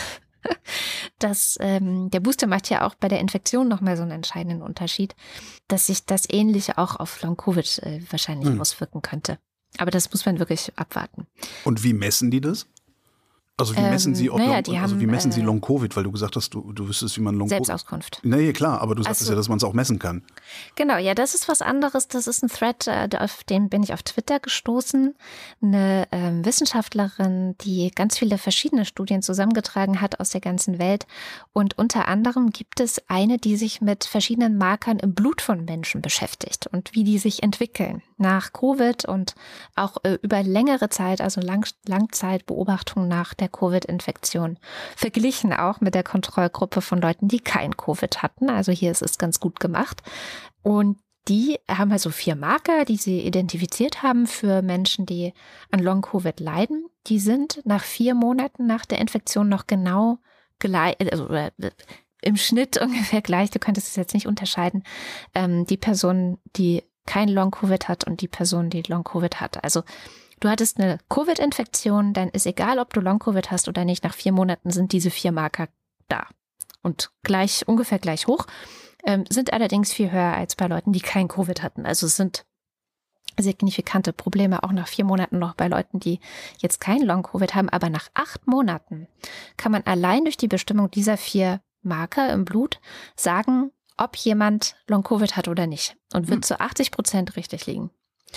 dass der Booster macht ja auch bei der Infektion nochmal so einen entscheidenden Unterschied, dass sich das Ähnliche auch auf Long-Covid wahrscheinlich auswirken könnte. Aber das muss man wirklich abwarten. Und wie messen die das? Also wie messen Sie Sie Long-Covid, weil du gesagt hast, du wüsstest, wie man Long-Covid... Selbstauskunft. Nee, klar, aber du sagtest ja, dass man es auch messen kann. Genau, ja, das ist was anderes. Das ist ein Thread, auf den bin ich auf Twitter gestoßen. Eine Wissenschaftlerin, die ganz viele verschiedene Studien zusammengetragen hat aus der ganzen Welt. Und unter anderem gibt es eine, die sich mit verschiedenen Markern im Blut von Menschen beschäftigt und wie die sich entwickeln nach Covid und auch über längere Zeit, also Langzeitbeobachtung nach der Covid-Infektion. Verglichen auch mit der Kontrollgruppe von Leuten, die kein Covid hatten. Also hier ist es ganz gut gemacht. Und die haben also 4 Marker, die sie identifiziert haben für Menschen, die an Long-Covid leiden. Die sind nach 4 Monaten nach der Infektion noch genau gleich, also im Schnitt ungefähr gleich. Du könntest es jetzt nicht unterscheiden. Die Person, die kein Long-Covid hat und die Person, die Long-Covid hat. Also du hattest eine Covid-Infektion, dann ist egal, ob du Long-Covid hast oder nicht, nach 4 Monaten sind diese 4 Marker da. Und ungefähr gleich hoch, sind allerdings viel höher als bei Leuten, die kein Covid hatten. Also es sind signifikante Probleme auch nach 4 Monaten noch bei Leuten, die jetzt kein Long-Covid haben. Aber nach 8 Monaten kann man allein durch die Bestimmung dieser 4 Marker im Blut sagen, ob jemand Long-Covid hat oder nicht. Und wird zu 80% richtig liegen.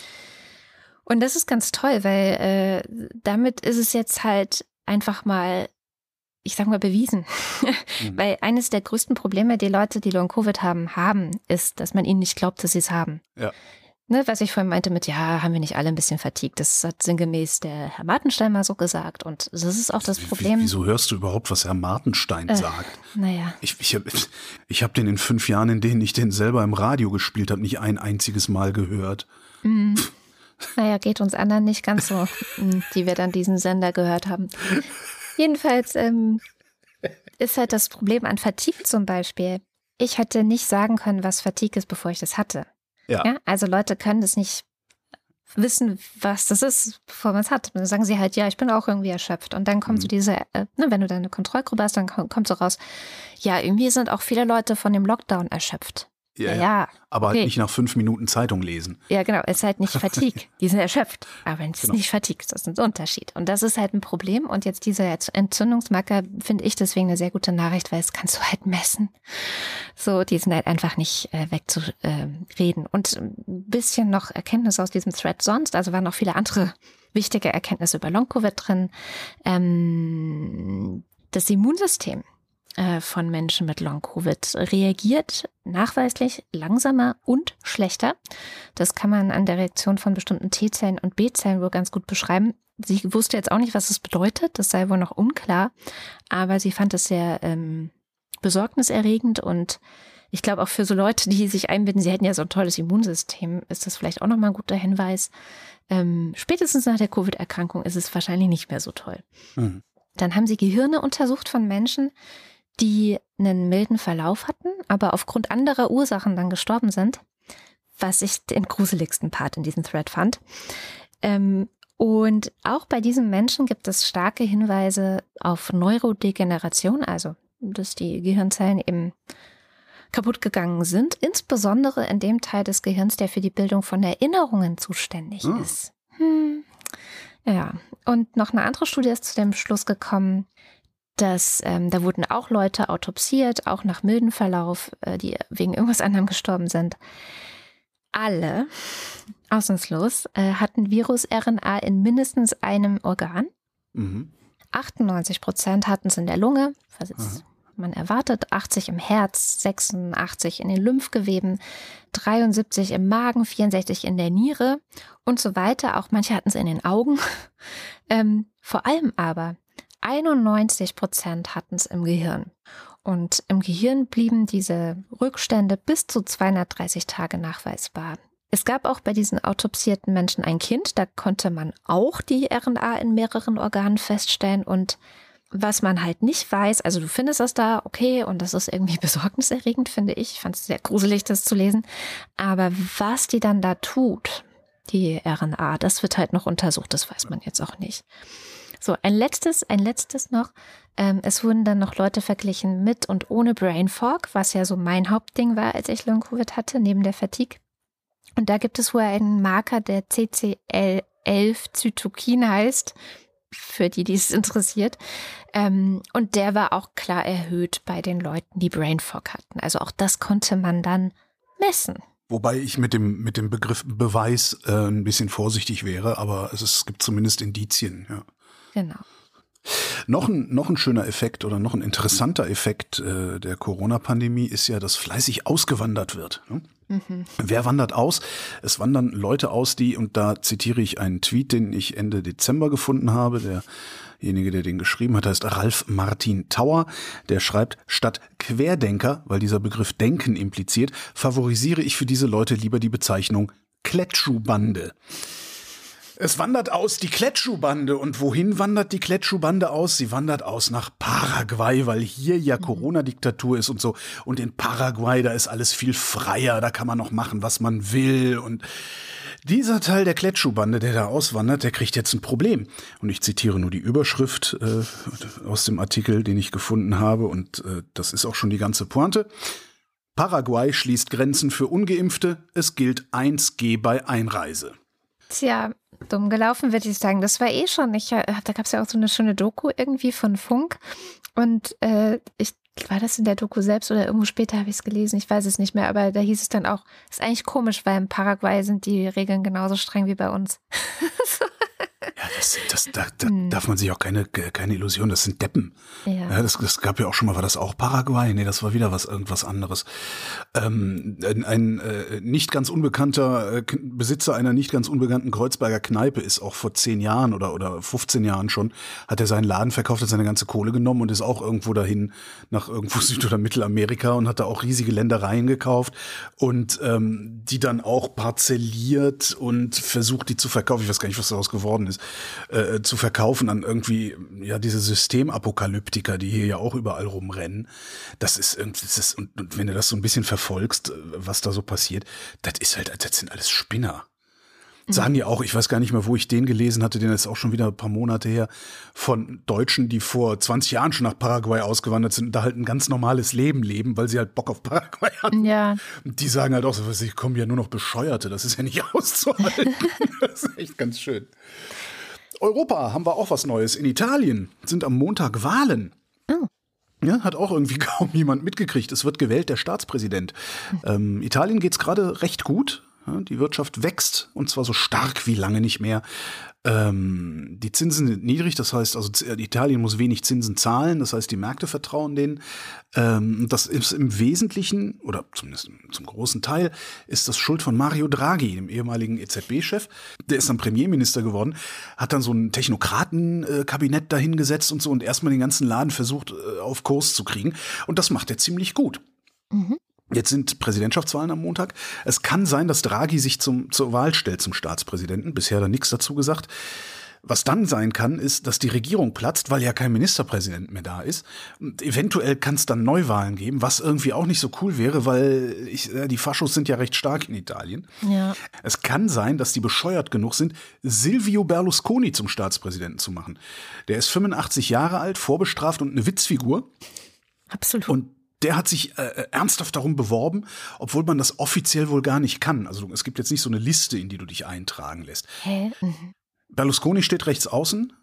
Und das ist ganz toll, weil damit ist es jetzt halt einfach mal, ich sag mal, bewiesen. Weil eines der größten Probleme, die Leute, die Long-Covid haben, ist, dass man ihnen nicht glaubt, dass sie es haben. Ja. Ne, was ich vorhin meinte mit, ja, haben wir nicht alle ein bisschen Fatigue. Das hat sinngemäß der Herr Martenstein mal so gesagt. Und das ist auch das Problem. Wieso hörst du überhaupt, was Herr Martenstein sagt? Naja. Ich hab den in 5 Jahren, in denen ich den selber im Radio gespielt habe, nicht ein einziges Mal gehört. Naja, geht uns anderen nicht ganz so, die wir dann diesen Sender gehört haben. Jedenfalls ist halt das Problem an Fatigue zum Beispiel. Ich hätte nicht sagen können, was Fatigue ist, bevor ich das hatte. Ja, also Leute können das nicht wissen, was das ist, bevor man es hat. Dann sagen sie halt, ja, ich bin auch irgendwie erschöpft. Und dann kommt so diese, wenn du deine Kontrollgruppe hast, dann kommt so raus, ja, irgendwie sind auch viele Leute von dem Lockdown erschöpft. Ja. Aber halt nicht nach 5 Minuten Zeitung lesen. Ja, genau. Es ist halt nicht Fatigue. Die sind erschöpft. Aber es ist nicht Fatigue. Das ist ein Unterschied. Und das ist halt ein Problem. Und jetzt dieser Entzündungsmarker finde ich deswegen eine sehr gute Nachricht, weil es kannst du halt messen. So, die sind halt einfach nicht wegzureden. Und ein bisschen noch Erkenntnis aus diesem Thread sonst. Also waren noch viele andere wichtige Erkenntnisse über Long-Covid drin. Das Immunsystem von Menschen mit Long-Covid reagiert nachweislich langsamer und schlechter. Das kann man an der Reaktion von bestimmten T-Zellen und B-Zellen wohl ganz gut beschreiben. Sie wusste jetzt auch nicht, was es bedeutet, das sei wohl noch unklar, aber sie fand es sehr besorgniserregend und ich glaube auch für so Leute, die sich einbinden, sie hätten ja so ein tolles Immunsystem, ist das vielleicht auch nochmal ein guter Hinweis. Spätestens nach der Covid-Erkrankung ist es wahrscheinlich nicht mehr so toll. Dann haben sie Gehirne untersucht von Menschen, die einen milden Verlauf hatten, aber aufgrund anderer Ursachen dann gestorben sind, was ich den gruseligsten Part in diesem Thread fand. Und auch bei diesen Menschen gibt es starke Hinweise auf Neurodegeneration, also dass die Gehirnzellen eben kaputt gegangen sind, insbesondere in dem Teil des Gehirns, der für die Bildung von Erinnerungen zuständig ist. Ja, und noch eine andere Studie ist zu dem Schluss gekommen, dass da wurden auch Leute autopsiert, auch nach mildem Verlauf, die wegen irgendwas anderem gestorben sind. Alle, ausnahmslos, hatten Virus-RNA in mindestens einem Organ. 98% hatten es in der Lunge, was jetzt man erwartet, 80 im Herz, 86 in den Lymphgeweben, 73 im Magen, 64 in der Niere und so weiter. Auch manche hatten es in den Augen. Vor allem aber 91% hatten es im Gehirn. Und im Gehirn blieben diese Rückstände bis zu 230 Tage nachweisbar. Es gab auch bei diesen autopsierten Menschen ein Kind, da konnte man auch die RNA in mehreren Organen feststellen. Und was man halt nicht weiß, also du findest das da, okay, und das ist irgendwie besorgniserregend, finde ich. Ich fand es sehr gruselig, das zu lesen. Aber was die dann da tut, die RNA, das wird halt noch untersucht, das weiß man jetzt auch nicht. So, ein letztes noch. Es wurden dann noch Leute verglichen mit und ohne Brain Fog, was ja so mein Hauptding war, als ich Long-Covid hatte, neben der Fatigue. Und da gibt es wohl einen Marker, der CCL11-Zytokin heißt, für die es interessiert. Und der war auch klar erhöht bei den Leuten, die Brain Fog hatten. Also auch das konnte man dann messen. Wobei ich mit dem Begriff Beweis ein bisschen vorsichtig wäre, aber es gibt zumindest Indizien, ja. Genau. Noch ein schöner Effekt oder noch ein interessanter Effekt der Corona-Pandemie ist ja, dass fleißig ausgewandert wird. Ne? Wer wandert aus? Es wandern Leute aus, die, und da zitiere ich einen Tweet, den ich Ende Dezember gefunden habe, derjenige, der den geschrieben hat, heißt Ralf Martin Tauer, der schreibt, statt Querdenker, weil dieser Begriff Denken impliziert, favorisiere ich für diese Leute lieber die Bezeichnung Klettschuhbande. Es wandert aus die Klettschuhbande. Und wohin wandert die Klettschuhbande aus? Sie wandert aus nach Paraguay, weil hier ja Corona-Diktatur ist und so. Und in Paraguay, da ist alles viel freier, da kann man noch machen, was man will. Und dieser Teil der Klettschuhbande, der da auswandert, der kriegt jetzt ein Problem. Und ich zitiere nur die Überschrift aus dem Artikel, den ich gefunden habe. Und das ist auch schon die ganze Pointe. Paraguay schließt Grenzen für Ungeimpfte. Es gilt 1G bei Einreise. Tja, dumm gelaufen, würde ich sagen. Das war schon. Da gab es ja auch so eine schöne Doku irgendwie von Funk. Und war das in der Doku selbst oder irgendwo später habe ich es gelesen? Ich weiß es nicht mehr. Aber da hieß es dann auch, ist eigentlich komisch, weil in Paraguay sind die Regeln genauso streng wie bei uns. Da darf man sich auch keine Illusion, das sind Deppen. Ja. Das gab ja auch schon mal, war das auch Paraguay? Nee, das war wieder irgendwas anderes. Ein nicht ganz unbekannter Besitzer einer nicht ganz unbekannten Kreuzberger Kneipe ist auch vor 10 Jahren oder 15 Jahren schon, hat er seinen Laden verkauft, hat seine ganze Kohle genommen und ist auch irgendwo dahin nach irgendwo Süd- oder Mittelamerika und hat da auch riesige Ländereien gekauft und die dann auch parzelliert und versucht, die zu verkaufen. Ich weiß gar nicht, was daraus geworden ist. Zu verkaufen an irgendwie, ja, diese Systemapokalyptiker, die hier ja auch überall rumrennen. Das ist irgendwie, und wenn du das so ein bisschen verfolgst, was da so passiert, das sind alles Spinner. Sagen die auch, ich weiß gar nicht mehr, wo ich den gelesen hatte, den ist auch schon wieder ein paar Monate her, von Deutschen, die vor 20 Jahren schon nach Paraguay ausgewandert sind und da halt ein ganz normales Leben leben, weil sie halt Bock auf Paraguay hatten. Ja. Und die sagen halt auch so, ich kommen ja nur noch Bescheuerte, das ist ja nicht auszuhalten. Das ist echt ganz schön. Europa haben wir auch was Neues. In Italien sind am Montag Wahlen. Oh. Ja, hat auch irgendwie kaum jemand mitgekriegt. Es wird gewählt, der Staatspräsident. Italien geht's gerade recht gut. Ja, die Wirtschaft wächst und zwar so stark wie lange nicht mehr. Die Zinsen sind niedrig, das heißt, also Italien muss wenig Zinsen zahlen, das heißt, die Märkte vertrauen denen. Das ist im Wesentlichen, oder zumindest zum großen Teil, ist das Schuld von Mario Draghi, dem ehemaligen EZB-Chef. Der ist dann Premierminister geworden, hat dann so ein Technokratenkabinett dahingesetzt und so und erstmal den ganzen Laden versucht, auf Kurs zu kriegen. Und das macht er ziemlich gut. Mhm. Jetzt sind Präsidentschaftswahlen am Montag. Es kann sein, dass Draghi sich zur Wahl stellt zum Staatspräsidenten. Bisher hat er nichts dazu gesagt. Was dann sein kann, ist, dass die Regierung platzt, weil ja kein Ministerpräsident mehr da ist. Und eventuell kann es dann Neuwahlen geben, was irgendwie auch nicht so cool wäre, weil die Faschos sind ja recht stark in Italien. Ja. Es kann sein, dass die bescheuert genug sind, Silvio Berlusconi zum Staatspräsidenten zu machen. Der ist 85 Jahre alt, vorbestraft und eine Witzfigur. Absolut. Und der hat sich ernsthaft darum beworben, obwohl man das offiziell wohl gar nicht kann. Also es gibt jetzt nicht so eine Liste, in die du dich eintragen lässt. Berlusconi steht rechts außen.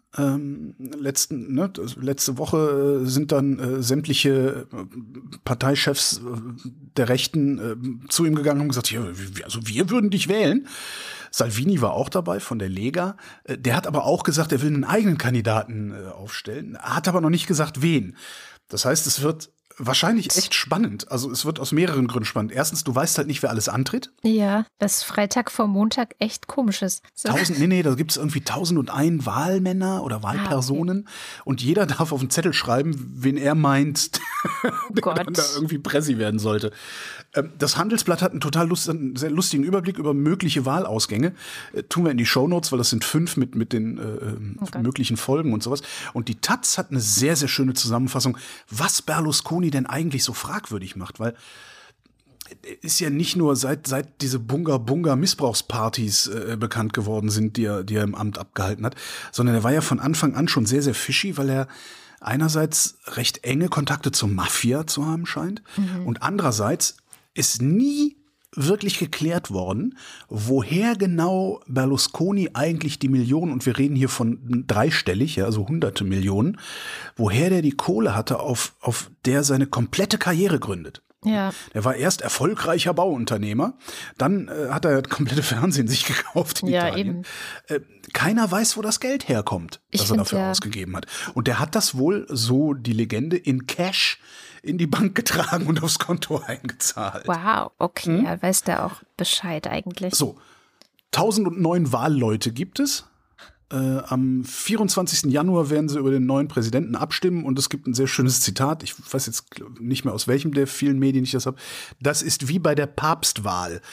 Letzte Woche sind dann sämtliche Parteichefs der Rechten zu ihm gegangen und gesagt, ja, also wir würden dich wählen. Salvini war auch dabei von der Lega. Der hat aber auch gesagt, er will einen eigenen Kandidaten aufstellen, hat aber noch nicht gesagt, wen. Das heißt, es wird wahrscheinlich echt spannend. Also es wird aus mehreren Gründen spannend. Erstens, du weißt halt nicht, wer alles antritt. Ja, das Freitag vor Montag echt komisch ist. So. Da gibt es irgendwie 1001 Wahlmänner oder Wahlpersonen. Okay. Und jeder darf auf den Zettel schreiben, wen er meint, der dann da irgendwie Präsi werden sollte. Das Handelsblatt hat einen sehr lustigen Überblick über mögliche Wahlausgänge. Tun wir in die Shownotes, weil das sind 5 mit den möglichen Folgen und sowas. Und die Taz hat eine sehr, sehr schöne Zusammenfassung, was Berlusconi denn eigentlich so fragwürdig macht, weil ist ja nicht nur seit diese Bunga-Missbrauchspartys bekannt geworden sind, die er im Amt abgehalten hat, sondern er war ja von Anfang an schon sehr, sehr fishy, weil er einerseits recht enge Kontakte zur Mafia zu haben scheint und andererseits ist nie wirklich geklärt worden, woher genau Berlusconi eigentlich die Millionen, und wir reden hier von dreistellig, ja, also hunderte Millionen, woher der die Kohle hatte, auf der seine komplette Karriere gründet. Ja. Der war erst erfolgreicher Bauunternehmer, dann hat er das komplette Fernsehen sich gekauft in Italien. Eben. Keiner weiß, wo das Geld herkommt, das er dafür ausgegeben hat. Und der hat das wohl, so die Legende, in Cash in die Bank getragen und aufs Konto eingezahlt. Wow, okay, ja, weiß der auch Bescheid eigentlich. So, 1009 Wahlleute gibt es. Am 24. Januar werden sie über den neuen Präsidenten abstimmen und es gibt ein sehr schönes Zitat. Ich weiß jetzt nicht mehr, aus welchem der vielen Medien ich das habe. Das ist wie bei der Papstwahl.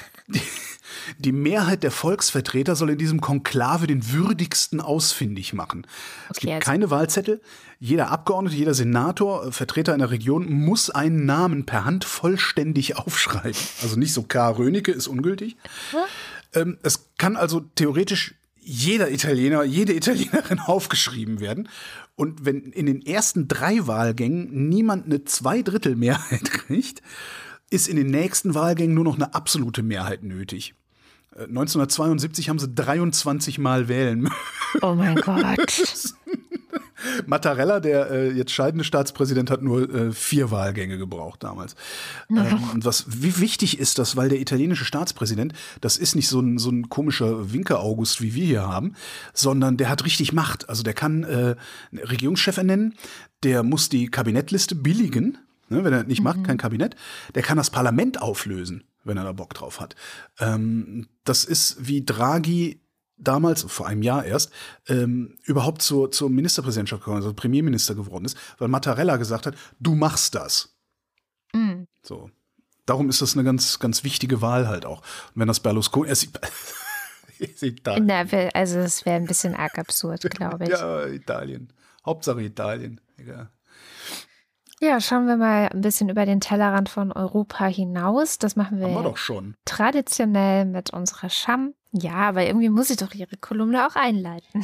Die Mehrheit der Volksvertreter soll in diesem Konklave den würdigsten ausfindig machen. Es gibt keine Wahlzettel. Jeder Abgeordnete, jeder Senator, Vertreter einer Region muss einen Namen per Hand vollständig aufschreiben. Also nicht so K. Rönecke ist ungültig. Es kann also theoretisch jeder Italiener, jede Italienerin aufgeschrieben werden. Und wenn in den ersten 3 Wahlgängen niemand eine 2/3 kriegt, ist in den nächsten Wahlgängen nur noch eine absolute Mehrheit nötig. 1972 haben sie 23 Mal wählen. Oh mein Gott. Mattarella, der jetzt scheidende Staatspräsident, hat nur 4 Wahlgänge gebraucht damals. Und wie wichtig ist das, weil der italienische Staatspräsident, das ist nicht so ein komischer Winke-August, wie wir hier haben, sondern der hat richtig Macht. Also der kann Regierungschef ernennen, der muss die Kabinettliste billigen, ne, wenn er nicht macht, kein Kabinett. Der kann das Parlament auflösen, wenn er da Bock drauf hat. Das ist wie Draghi damals, vor einem Jahr erst, überhaupt zur Ministerpräsidentschaft gekommen, also Premierminister geworden ist, weil Mattarella gesagt hat, du machst das. So. Darum ist das eine ganz, ganz wichtige Wahl halt auch. Und wenn das Berlusconi ist Italien. Also es wäre ein bisschen arg absurd, glaube ich. Ja, Italien. Hauptsache Italien. Egal. Ja, schauen wir mal ein bisschen über den Tellerrand von Europa hinaus. Das machen wir doch schon traditionell mit unserer Sham. Ja, aber irgendwie muss ich doch ihre Kolumne auch einleiten.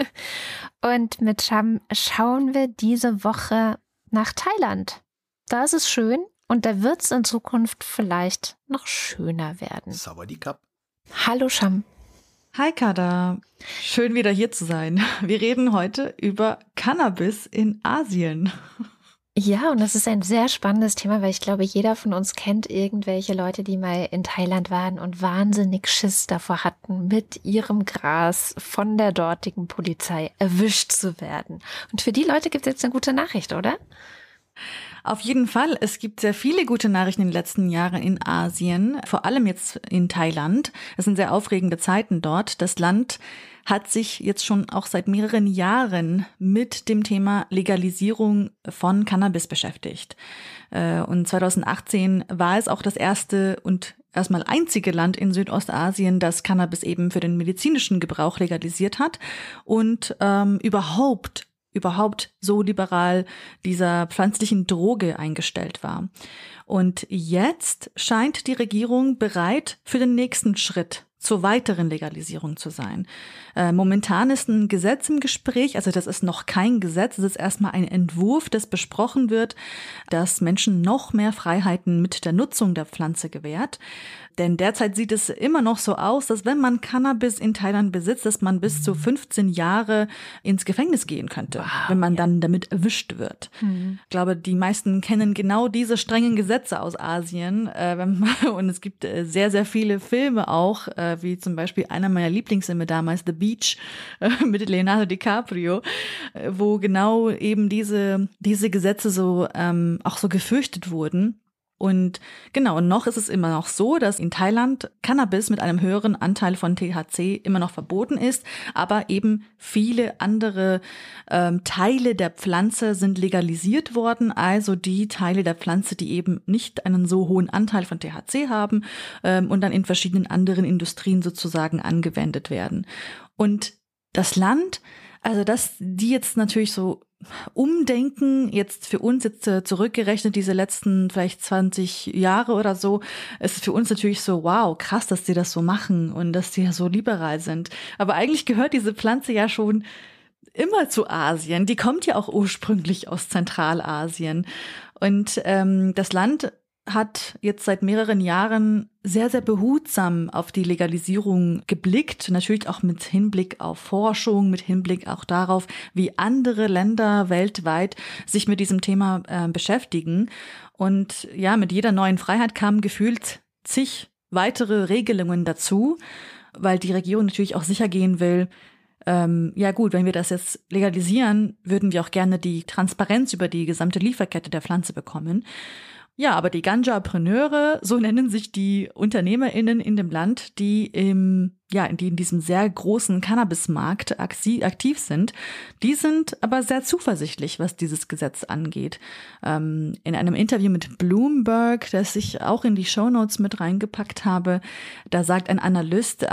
Und mit Sham schauen wir diese Woche nach Thailand. Da ist es schön und da wird es in Zukunft vielleicht noch schöner werden. Sawadee-Cup. Hallo Sham. Hi Kada, schön wieder hier zu sein. Wir reden heute über Cannabis in Asien. Ja, und das ist ein sehr spannendes Thema, weil ich glaube, jeder von uns kennt irgendwelche Leute, die mal in Thailand waren und wahnsinnig Schiss davor hatten, mit ihrem Gras von der dortigen Polizei erwischt zu werden. Und für die Leute gibt es jetzt eine gute Nachricht, oder? Auf jeden Fall. Es gibt sehr viele gute Nachrichten in den letzten Jahren in Asien, vor allem jetzt in Thailand. Es sind sehr aufregende Zeiten dort. Das Land hat sich jetzt schon auch seit mehreren Jahren mit dem Thema Legalisierung von Cannabis beschäftigt. Und 2018 war es auch das erste und erstmal einzige Land in Südostasien, das Cannabis eben für den medizinischen Gebrauch legalisiert hat und überhaupt so liberal dieser pflanzlichen Droge eingestellt war. Und jetzt scheint die Regierung bereit für den nächsten Schritt zur weiteren Legalisierung zu sein. Momentan ist ein Gesetz im Gespräch, also das ist noch kein Gesetz, es ist erstmal ein Entwurf, das besprochen wird, dass Menschen noch mehr Freiheiten mit der Nutzung der Pflanze gewährt. Denn derzeit sieht es immer noch so aus, dass wenn man Cannabis in Thailand besitzt, dass man bis zu 15 Jahre ins Gefängnis gehen könnte, wenn man dann damit erwischt wird. Ich glaube, die meisten kennen genau diese strengen Gesetze aus Asien. Und es gibt sehr, sehr viele Filme auch, wie zum Beispiel einer meiner Lieblingsfilme damals, The Beach, mit Leonardo DiCaprio, wo genau eben diese Gesetze so auch so gefürchtet wurden. Und genau, und noch ist es immer noch so, dass in Thailand Cannabis mit einem höheren Anteil von THC immer noch verboten ist, aber eben viele andere Teile der Pflanze sind legalisiert worden, also die Teile der Pflanze, die eben nicht einen so hohen Anteil von THC haben und dann in verschiedenen anderen Industrien sozusagen angewendet werden. Und das Land, also dass die jetzt natürlich so umdenken, jetzt für uns jetzt zurückgerechnet, diese letzten vielleicht 20 Jahre oder so, es ist für uns natürlich so, wow, krass, dass die das so machen und dass die ja so liberal sind. Aber eigentlich gehört diese Pflanze ja schon immer zu Asien. Die kommt ja auch ursprünglich aus Zentralasien. Und das Land hat jetzt seit mehreren Jahren sehr, sehr behutsam auf die Legalisierung geblickt. Natürlich auch mit Hinblick auf Forschung, mit Hinblick auch darauf, wie andere Länder weltweit sich mit diesem Thema beschäftigen. Und ja, mit jeder neuen Freiheit kamen gefühlt zig weitere Regelungen dazu, weil die Regierung natürlich auch sicher gehen will, ja gut, wenn wir das jetzt legalisieren, würden wir auch gerne die Transparenz über die gesamte Lieferkette der Pflanze bekommen. Ja, aber die Ganja-Preneure, so nennen sich die UnternehmerInnen in dem Land, die in diesem sehr großen Cannabismarkt aktiv sind, die sind aber sehr zuversichtlich, was dieses Gesetz angeht. In einem Interview mit Bloomberg, das ich auch in die Shownotes mit reingepackt habe, da sagt ein Analyst,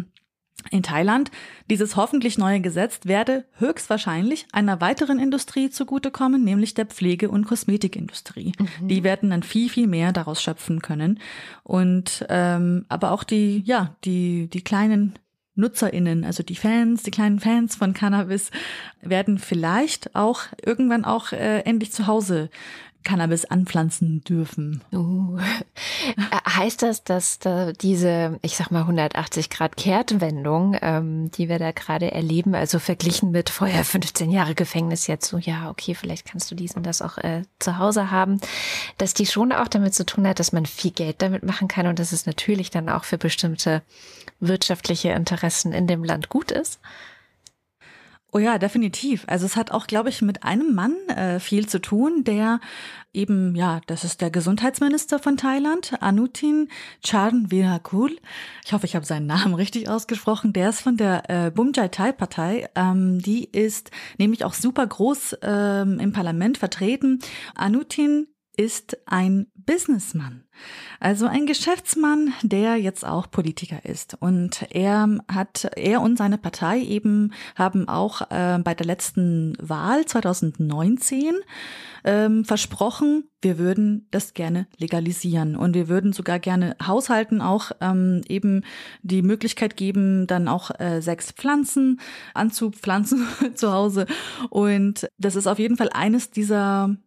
in Thailand, dieses hoffentlich neue Gesetz werde höchstwahrscheinlich einer weiteren Industrie zugutekommen, nämlich der Pflege- und Kosmetikindustrie. Die werden dann viel, viel mehr daraus schöpfen können. Und aber auch die kleinen NutzerInnen, also die kleinen Fans von Cannabis, werden vielleicht auch irgendwann endlich zu Hause Cannabis anpflanzen dürfen. Heißt das, dass da diese, ich sag mal, 180-Grad-Kehrtwendung, die wir da gerade erleben, also verglichen mit vorher 15 Jahre Gefängnis, jetzt so, ja, okay, vielleicht kannst du dies und das auch zu Hause haben, dass die schon auch damit zu tun hat, dass man viel Geld damit machen kann und dass es natürlich dann auch für bestimmte wirtschaftliche Interessen in dem Land gut ist? Oh ja, definitiv. Also es hat auch, glaube ich, mit einem Mann viel zu tun, der eben, ja, das ist der Gesundheitsminister von Thailand, Anutin Charnvirakul. Ich hoffe, ich habe seinen Namen richtig ausgesprochen. Der ist von der Bumjai Thai-Partei. Die ist nämlich auch super groß im Parlament vertreten. Anutin ist ein Businessman, also ein Geschäftsmann, der jetzt auch Politiker ist. Und er und seine Partei eben haben auch bei der letzten Wahl 2019 versprochen, wir würden das gerne legalisieren und wir würden sogar gerne Haushalten auch eben die Möglichkeit geben, dann auch Sexpflanzen anzupflanzen zu Hause. Und das ist auf jeden Fall eines dieser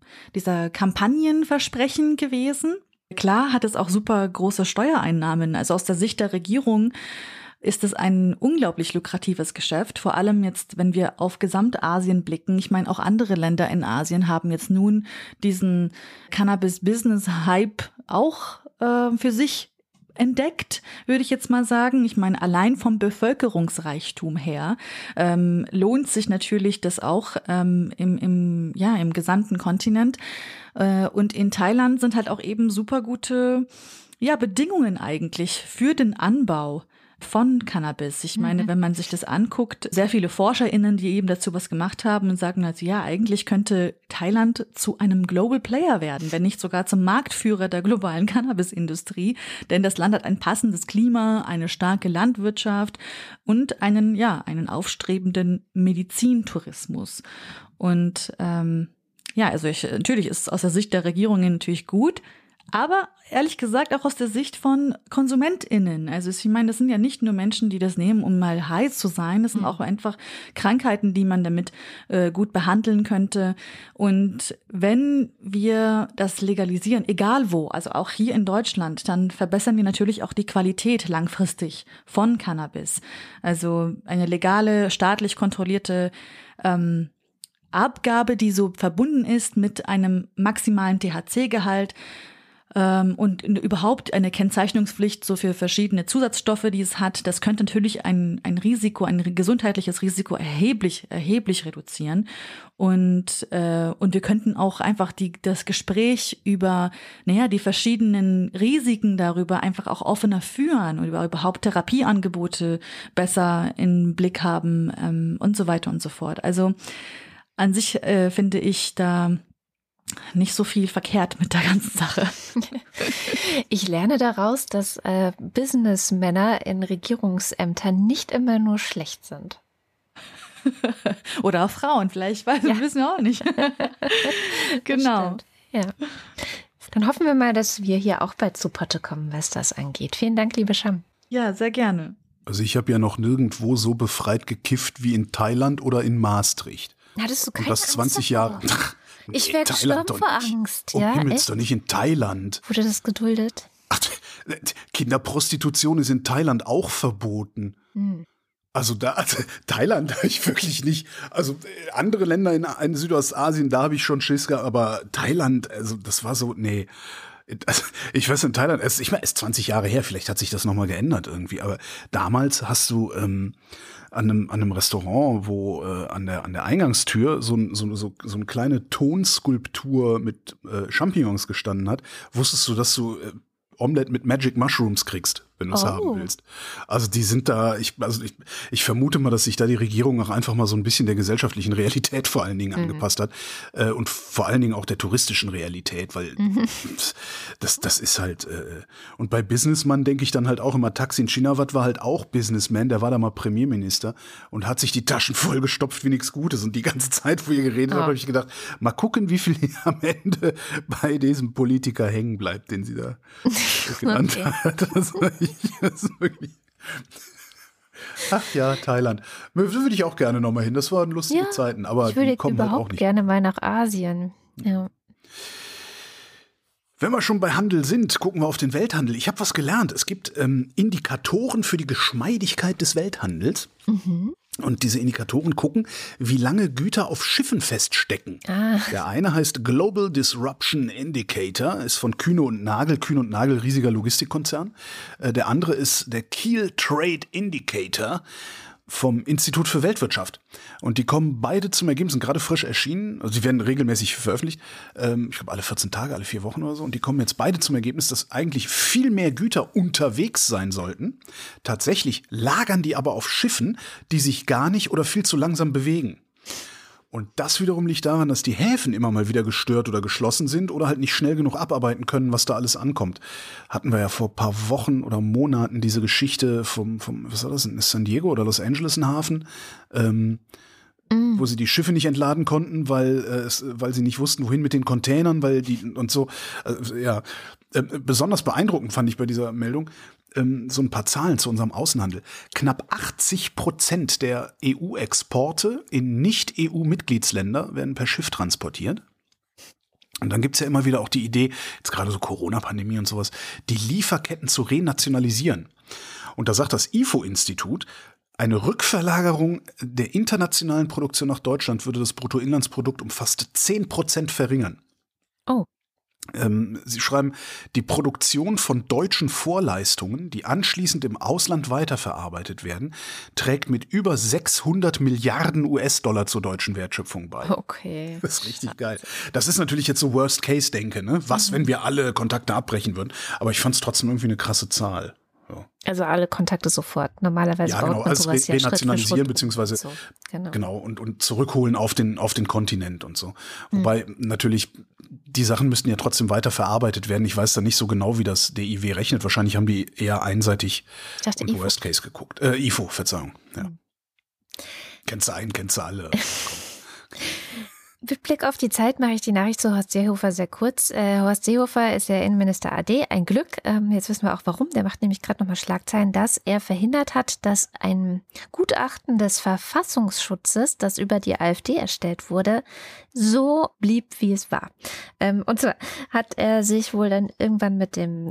Kampagnenversprechen gewesen. Klar hat es auch super große Steuereinnahmen. Also aus der Sicht der Regierung ist es ein unglaublich lukratives Geschäft. Vor allem jetzt, wenn wir auf Gesamtasien blicken. Ich meine, auch andere Länder in Asien haben jetzt nun diesen Cannabis-Business-Hype auch für sich entdeckt, würde ich jetzt mal sagen. Ich meine, allein vom Bevölkerungsreichtum her lohnt sich natürlich das auch im gesamten Kontinent. Und in Thailand sind halt auch eben super gute Bedingungen eigentlich für den Anbau von Cannabis. Ich meine, wenn man sich das anguckt, sehr viele ForscherInnen, die eben dazu was gemacht haben und sagen also, ja, eigentlich könnte Thailand zu einem Global Player werden, wenn nicht sogar zum Marktführer der globalen Cannabisindustrie. Denn das Land hat ein passendes Klima, eine starke Landwirtschaft und einen aufstrebenden Medizintourismus. Und natürlich ist es aus der Sicht der Regierungen natürlich gut, aber ehrlich gesagt auch aus der Sicht von KonsumentInnen. Also ich meine, das sind ja nicht nur Menschen, die das nehmen, um mal high zu sein. Das sind auch einfach Krankheiten, die man damit gut behandeln könnte. Und wenn wir das legalisieren, egal wo, also auch hier in Deutschland, dann verbessern wir natürlich auch die Qualität langfristig von Cannabis. Also eine legale, staatlich kontrollierte Abgabe, die so verbunden ist mit einem maximalen THC-Gehalt, und überhaupt eine Kennzeichnungspflicht so für verschiedene Zusatzstoffe, die es hat, das könnte natürlich ein gesundheitliches Risiko erheblich reduzieren. Und wir könnten auch einfach das Gespräch über, die verschiedenen Risiken darüber einfach auch offener führen und über überhaupt Therapieangebote besser im Blick haben, und so weiter und so fort. Also an sich finde ich da nicht so viel verkehrt mit der ganzen Sache. Ich lerne daraus, dass Businessmänner in Regierungsämtern nicht immer nur schlecht sind. Oder auch Frauen, vielleicht, wissen wir auch nicht. Genau. Ja. Dann hoffen wir mal, dass wir hier auch bald zu Potte kommen, was das angeht. Vielen Dank, liebe Sham. Ja, sehr gerne. Also ich habe ja noch nirgendwo so befreit gekifft wie in Thailand oder in Maastricht. Hattest du keine Und das 20 Jahre. Ich werde sterben vor Angst. Ja, Himmels, doch nicht in Thailand. Wurde das geduldet? Ach, Kinderprostitution ist in Thailand auch verboten. Also Thailand habe ich wirklich nicht. Also andere Länder in Südostasien, da habe ich schon Schiss gehabt, aber Thailand, also das war so, nee. Also, ich weiß in Thailand, es ist 20 Jahre her, vielleicht hat sich das nochmal geändert irgendwie, aber damals hast du an einem Restaurant, wo an der Eingangstür so eine kleine Tonskulptur mit Champignons gestanden hat, wusstest du, dass du Omelette mit Magic Mushrooms kriegst, wenn du es haben willst. Also die sind da, ich vermute mal, dass sich da die Regierung auch einfach mal so ein bisschen der gesellschaftlichen Realität vor allen Dingen angepasst hat und vor allen Dingen auch der touristischen Realität, weil das ist halt und bei Businessman denke ich dann halt auch immer, Thaksin Shinawatra war halt auch Businessman, der war da mal Premierminister und hat sich die Taschen vollgestopft wie nichts Gutes und die ganze Zeit, wo ihr geredet habt, habe ich gedacht, mal gucken, wie viel am Ende bei diesem Politiker hängen bleibt, den sie da genannt hat. Das ist wirklich. Ach ja, Thailand. Würde ich auch gerne nochmal hin. Das waren lustige Zeiten, aber ich würde die kommen überhaupt halt auch nicht. Gerne mal nach Asien. Ja. Wenn wir schon bei Handel sind, gucken wir auf den Welthandel. Ich habe was gelernt. Es gibt Indikatoren für die Geschmeidigkeit des Welthandels. Mhm. Und diese Indikatoren gucken, wie lange Güter auf Schiffen feststecken. Der eine heißt Global Disruption Indicator, ist von Kühne und Nagel, riesiger Logistikkonzern. Der andere ist der Kiel Trade Indicator vom Institut für Weltwirtschaft. Und die kommen beide zum Ergebnis, sind gerade frisch erschienen, also die werden regelmäßig veröffentlicht, ich glaube alle 14 Tage, alle 4 Wochen oder so, und die kommen jetzt beide zum Ergebnis, dass eigentlich viel mehr Güter unterwegs sein sollten. Tatsächlich lagern die aber auf Schiffen, die sich gar nicht oder viel zu langsam bewegen. Und das wiederum liegt daran, dass die Häfen immer mal wieder gestört oder geschlossen sind oder halt nicht schnell genug abarbeiten können, was da alles ankommt. Hatten wir ja vor ein paar Wochen oder Monaten diese Geschichte vom was war das, in San Diego oder Los Angeles ein Hafen, wo sie die Schiffe nicht entladen konnten, weil sie nicht wussten, wohin mit den Containern, weil die und so. Besonders beeindruckend fand ich bei dieser Meldung so ein paar Zahlen zu unserem Außenhandel. Knapp 80% der EU-Exporte in Nicht-EU-Mitgliedsländer werden per Schiff transportiert. Und dann gibt's ja immer wieder auch die Idee, jetzt gerade so Corona-Pandemie und sowas, die Lieferketten zu renationalisieren. Und da sagt das IFO-Institut, eine Rückverlagerung der internationalen Produktion nach Deutschland würde das Bruttoinlandsprodukt um fast 10% verringern. Oh. Sie schreiben, die Produktion von deutschen Vorleistungen, die anschließend im Ausland weiterverarbeitet werden, trägt mit über 600 Milliarden US-Dollar zur deutschen Wertschöpfung bei. Okay. Das ist richtig geil. Das ist natürlich jetzt so Worst-Case-Denke, ne? Was, wenn wir alle Kontakte abbrechen würden? Aber ich fand es trotzdem irgendwie eine krasse Zahl. Ja. Also alle Kontakte sofort. Normalerweise ja, genau, baut man sowas ja renationalisieren Schritt beziehungsweise so. Genau und zurückholen auf den Kontinent und so. Wobei natürlich die Sachen müssten ja trotzdem weiter verarbeitet werden. Ich weiß da nicht so genau, wie das DIW rechnet. Wahrscheinlich haben die eher einseitig und IFO. Worst Case geguckt. IFO, Verzeihung. Ja. Kennst du einen, kennst du alle. Mit Blick auf die Zeit mache ich die Nachricht zu Horst Seehofer sehr kurz. Horst Seehofer ist ja Innenminister AD, ein Glück. Jetzt wissen wir auch warum. Der macht nämlich gerade nochmal Schlagzeilen, dass er verhindert hat, dass ein Gutachten des Verfassungsschutzes, das über die AfD erstellt wurde, so blieb, wie es war. Und zwar hat er sich wohl dann irgendwann mit dem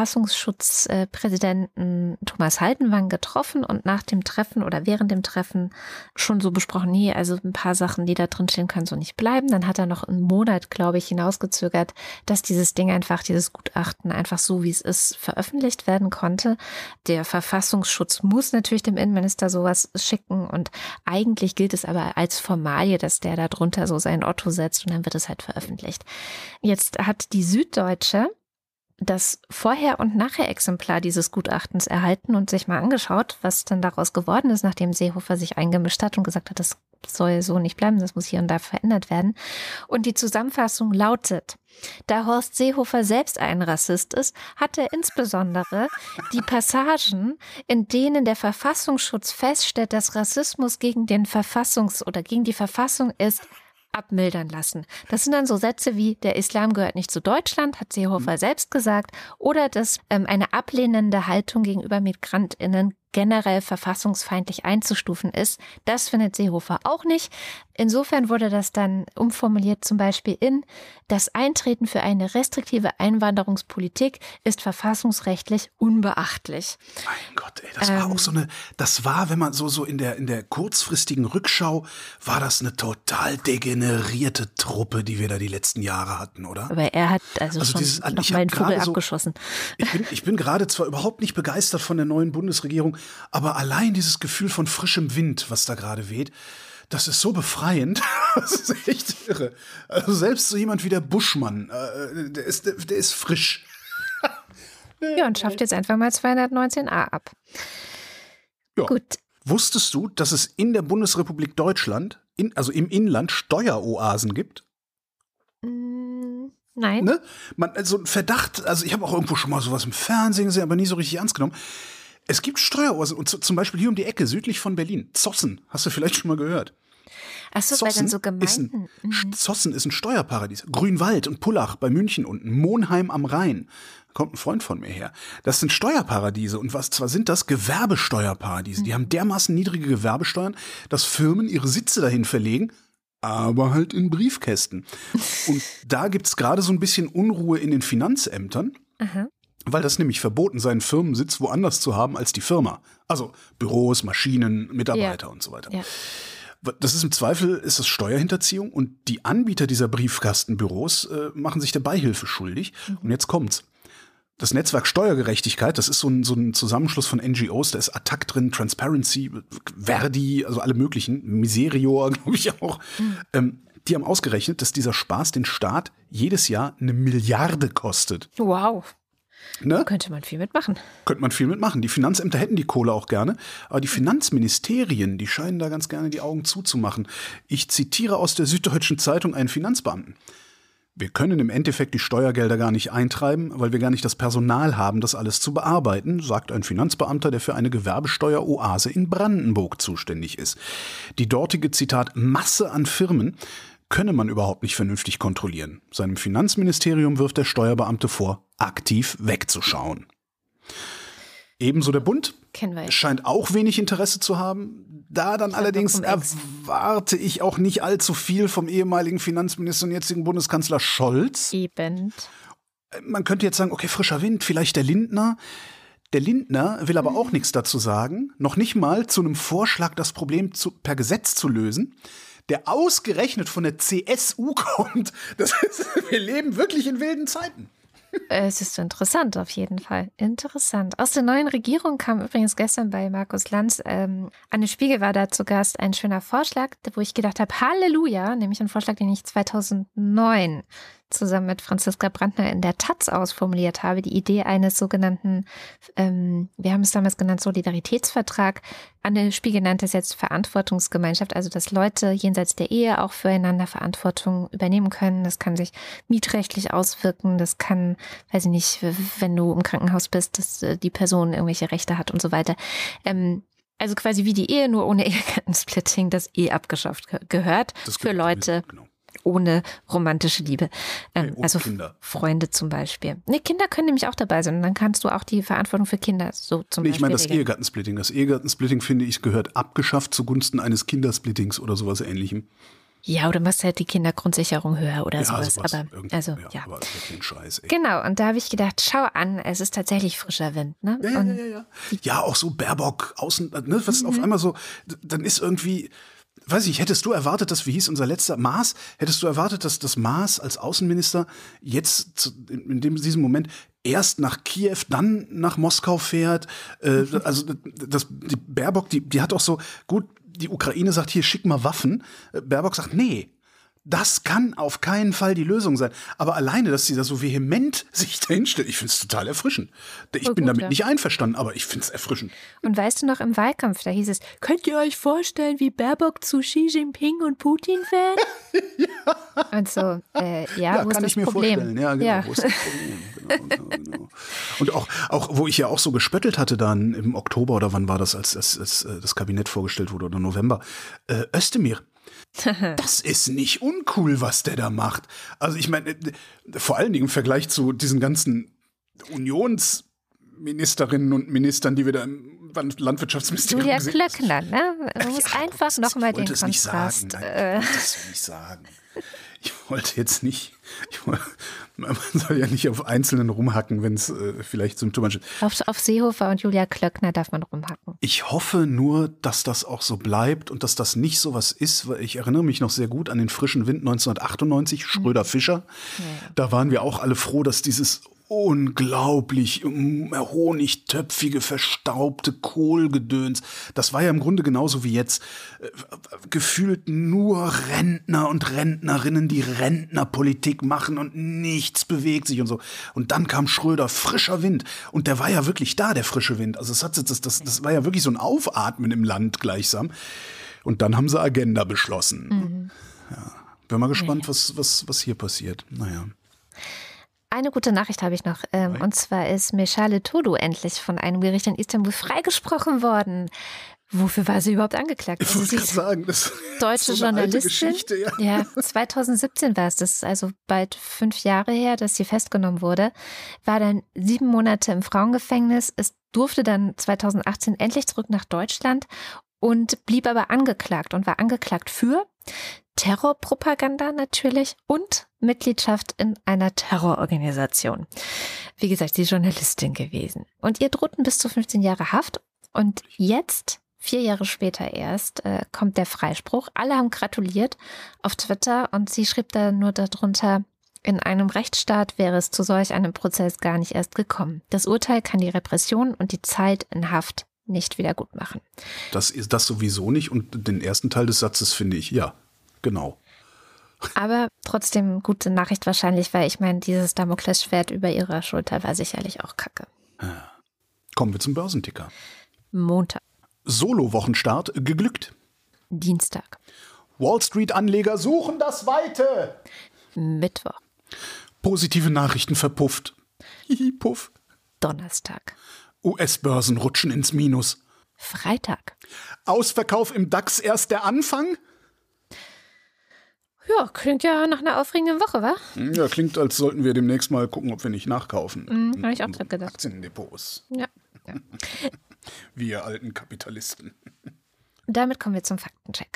Verfassungsschutzpräsidenten Thomas Haldenwang getroffen und nach dem Treffen oder während dem Treffen schon so besprochen, nee, also ein paar Sachen, die da drin stehen, können so nicht bleiben. Dann hat er noch einen Monat, glaube ich, hinausgezögert, dass dieses Ding einfach, dieses Gutachten einfach so, wie es ist, veröffentlicht werden konnte. Der Verfassungsschutz muss natürlich dem Innenminister sowas schicken und eigentlich gilt es aber als Formalie, dass der da drunter so sein Otto setzt und dann wird es halt veröffentlicht. Jetzt hat die Süddeutsche das Vorher- und Nachher-Exemplar dieses Gutachtens erhalten und sich mal angeschaut, was dann daraus geworden ist, nachdem Seehofer sich eingemischt hat und gesagt hat, das soll so nicht bleiben, das muss hier und da verändert werden. Und die Zusammenfassung lautet: Da Horst Seehofer selbst ein Rassist ist, hat er insbesondere die Passagen, in denen der Verfassungsschutz feststellt, dass Rassismus gegen den gegen die Verfassung ist, abmildern lassen. Das sind dann so Sätze wie, der Islam gehört nicht zu Deutschland, hat Seehofer selbst gesagt, oder dass eine ablehnende Haltung gegenüber MigrantInnen generell verfassungsfeindlich einzustufen ist. Das findet Seehofer auch nicht. Insofern wurde das dann umformuliert, zum Beispiel in: Das Eintreten für eine restriktive Einwanderungspolitik ist verfassungsrechtlich unbeachtlich. Mein Gott, ey, das war auch das war, wenn man so in der kurzfristigen Rückschau, war das eine total degenerierte Truppe, die wir da die letzten Jahre hatten, oder? Aber er hat also schon noch mal einen Vogel abgeschossen. Ich bin gerade zwar überhaupt nicht begeistert von der neuen Bundesregierung, aber allein dieses Gefühl von frischem Wind, was da gerade weht, das ist so befreiend. Das ist echt irre. Also selbst so jemand wie der Buschmann, der ist frisch. Ja, und schafft jetzt einfach mal 219a ab. Ja. Gut. Wusstest du, dass es in der Bundesrepublik Deutschland, also im Inland, Steueroasen gibt? Nein. Ne? Also ein Verdacht, also ich habe auch irgendwo schon mal sowas im Fernsehen gesehen, aber nie so richtig ernst genommen. Es gibt Steueroasen, und zum Beispiel hier um die Ecke, südlich von Berlin. Zossen, hast du vielleicht schon mal gehört. Achso, weil dann so Gemeinden. Zossen ist ein Steuerparadies. Grünwald und Pullach bei München unten. Monheim am Rhein. Da kommt ein Freund von mir her. Das sind Steuerparadiese. Und zwar sind das Gewerbesteuerparadiese. Die haben dermaßen niedrige Gewerbesteuern, dass Firmen ihre Sitze dahin verlegen. aber halt in Briefkästen. Und da gibt's gerade so ein bisschen Unruhe in den Finanzämtern, weil das nämlich verboten sei, einen Firmensitz woanders zu haben als die Firma. Also Büros, Maschinen, Mitarbeiter und so weiter. Ja. Das ist im Zweifel ist das Steuerhinterziehung und die Anbieter dieser Briefkastenbüros machen sich der Beihilfe schuldig. Und jetzt kommt's. Das Netzwerk Steuergerechtigkeit, das ist so ein Zusammenschluss von NGOs, da ist Attac drin, Transparency, Verdi, also alle möglichen, Miserio, glaube ich auch. Die haben ausgerechnet, dass dieser Spaß den Staat jedes Jahr 1 Milliarde kostet. Wow. Ne? Da könnte man viel mitmachen. Könnte man viel mitmachen. Die Finanzämter hätten die Kohle auch gerne, aber die Finanzministerien, die scheinen da ganz gerne die Augen zuzumachen. Ich zitiere aus der Süddeutschen Zeitung einen Finanzbeamten. Wir können im Endeffekt die Steuergelder gar nicht eintreiben, weil wir gar nicht das Personal haben, das alles zu bearbeiten, sagt ein Finanzbeamter, der für eine Gewerbesteueroase in Brandenburg zuständig ist. Die dortige, Zitat, Masse an Firmen könne man überhaupt nicht vernünftig kontrollieren. Seinem Finanzministerium wirft der Steuerbeamte vor, aktiv wegzuschauen. Ebenso der Bund scheint auch wenig Interesse zu haben. Da dann allerdings erwarte ich auch nicht allzu viel vom ehemaligen Finanzminister und jetzigen Bundeskanzler Scholz. Eben. Man könnte jetzt sagen, okay, frischer Wind, vielleicht der Lindner. Der Lindner will aber auch nichts dazu sagen, noch nicht mal zu einem Vorschlag, das Problem per Gesetz zu lösen, der ausgerechnet von der CSU kommt. Wir leben wirklich in wilden Zeiten. Es ist interessant, auf jeden Fall. Interessant. Aus der neuen Regierung kam übrigens gestern bei Markus Lanz, Anne Spiegel war da zu Gast, ein schöner Vorschlag, wo ich gedacht habe, Halleluja, nämlich ein Vorschlag, den ich 2009 zusammen mit Franziska Brandner in der Taz ausformuliert habe, die Idee eines sogenannten, wir haben es damals genannt, Solidaritätsvertrag. Anne Spiegel nannte es jetzt Verantwortungsgemeinschaft, also dass Leute jenseits der Ehe auch füreinander Verantwortung übernehmen können. Das kann sich mietrechtlich auswirken, das kann, weiß ich nicht, wenn du im Krankenhaus bist, dass die Person irgendwelche Rechte hat und so weiter. Also quasi wie die Ehe, nur ohne Ehegattensplitting, das abgeschafft gehört für Leute. Genau. Ohne romantische Liebe. Also Kinder. Freunde zum Beispiel. Nee, Kinder können nämlich auch dabei sein. Und dann kannst du auch die Verantwortung für Kinder so zum Beispiel. Ich meine das Ehegattensplitting. Das Ehegattensplitting, finde ich, gehört abgeschafft zugunsten eines Kindersplittings oder sowas Ähnlichem. Ja, oder machst halt die Kindergrundsicherung höher oder sowas. Aber aber den Scheiß, ey. Genau, und da habe ich gedacht, schau an, es ist tatsächlich frischer Wind. Ne? Ja. Ja, auch so Baerbock, außen, ne, was auf einmal so, dann ist irgendwie. Weiß ich, hättest du erwartet, dass, wie hieß unser letzter Maas, hättest du erwartet, dass das Maas als Außenminister jetzt in diesem Moment erst nach Kiew, dann nach Moskau fährt? Also die Baerbock, die hat auch so, gut, die Ukraine sagt, hier, schick mal Waffen. Baerbock sagt, nee. Das kann auf keinen Fall die Lösung sein. Aber alleine, dass sie da so vehement sich dahin stellt, ich finde es total erfrischend. Ich bin damit nicht einverstanden, aber ich finde es erfrischend. Und weißt du noch, im Wahlkampf, da hieß es, könnt ihr euch vorstellen, wie Baerbock zu Xi Jinping und Putin fährt? Ja. Und so, wo ist das Problem? Ja, genau, wo ist das Problem? Genau. Und auch, wo ich ja auch so gespöttelt hatte dann im Oktober oder wann war das, als das Kabinett vorgestellt wurde oder November, Özdemir. Das ist nicht uncool, was der da macht. Also ich meine, vor allen Dingen im Vergleich zu diesen ganzen Unionsministerinnen und Ministern, die wir da im Landwirtschaftsministerium Julia Klöckner, ne? Man muss einfach nochmal den Kontrast. Ich wollte es nicht sagen. Man soll ja nicht auf Einzelnen rumhacken, wenn es vielleicht symptomatisch ist. Auf Seehofer und Julia Klöckner darf man rumhacken. Ich hoffe nur, dass das auch so bleibt und dass das nicht so was ist, weil ich erinnere mich noch sehr gut an den frischen Wind 1998, Schröder-Fischer. Ja. Da waren wir auch alle froh, dass dieses unglaublich honigtöpfige, verstaubte Kohlgedöns. Das war ja im Grunde genauso wie jetzt. Gefühlt nur Rentner und Rentnerinnen, die Rentnerpolitik machen und nichts bewegt sich und so. Und dann kam Schröder, frischer Wind. Und der war ja wirklich da, der frische Wind. Also das war ja wirklich so ein Aufatmen im Land gleichsam. Und dann haben sie Agenda beschlossen. Mhm. Ja. Bin mal gespannt, was hier passiert. Naja. Eine gute Nachricht habe ich noch. Und zwar ist Meschale Todu endlich von einem Gericht in Istanbul freigesprochen worden. Wofür war sie überhaupt angeklagt? Ich wollte gerade sagen, das deutsche ist so eine Journalistin. Alte Geschichte, ja. 2017 war es. Das ist also bald 5 Jahre her, dass sie festgenommen wurde. War dann 7 Monate im Frauengefängnis. Es durfte dann 2018 endlich zurück nach Deutschland. und blieb aber angeklagt und war angeklagt für Terrorpropaganda natürlich und Mitgliedschaft in einer Terrororganisation. Wie gesagt, sie ist Journalistin gewesen. Und ihr drohten bis zu 15 Jahre Haft. Und jetzt, 4 Jahre später erst, kommt der Freispruch. Alle haben gratuliert auf Twitter und sie schrieb da nur darunter, in einem Rechtsstaat wäre es zu solch einem Prozess gar nicht erst gekommen. Das Urteil kann die Repression und die Zeit in Haft nicht wieder gut machen. Das ist das sowieso nicht. Und den ersten Teil des Satzes finde ich, ja, genau. Aber trotzdem gute Nachricht wahrscheinlich, weil ich meine, dieses Damoklesschwert über ihrer Schulter war sicherlich auch kacke. Kommen wir zum Börsenticker. Montag. Solo-Wochenstart geglückt. Dienstag. Wall Street-Anleger suchen das Weite. Mittwoch. Positive Nachrichten verpufft. Hihi, puff. Donnerstag. US-Börsen rutschen ins Minus. Freitag. Ausverkauf im DAX erst der Anfang? Ja, klingt ja nach einer aufregenden Woche, wa? Ja, klingt, als sollten wir demnächst mal gucken, ob wir nicht nachkaufen. Habe ich auch gerade gedacht. Aktiendepots. Ja. Wir alten Kapitalisten. Damit kommen wir zum Faktencheck.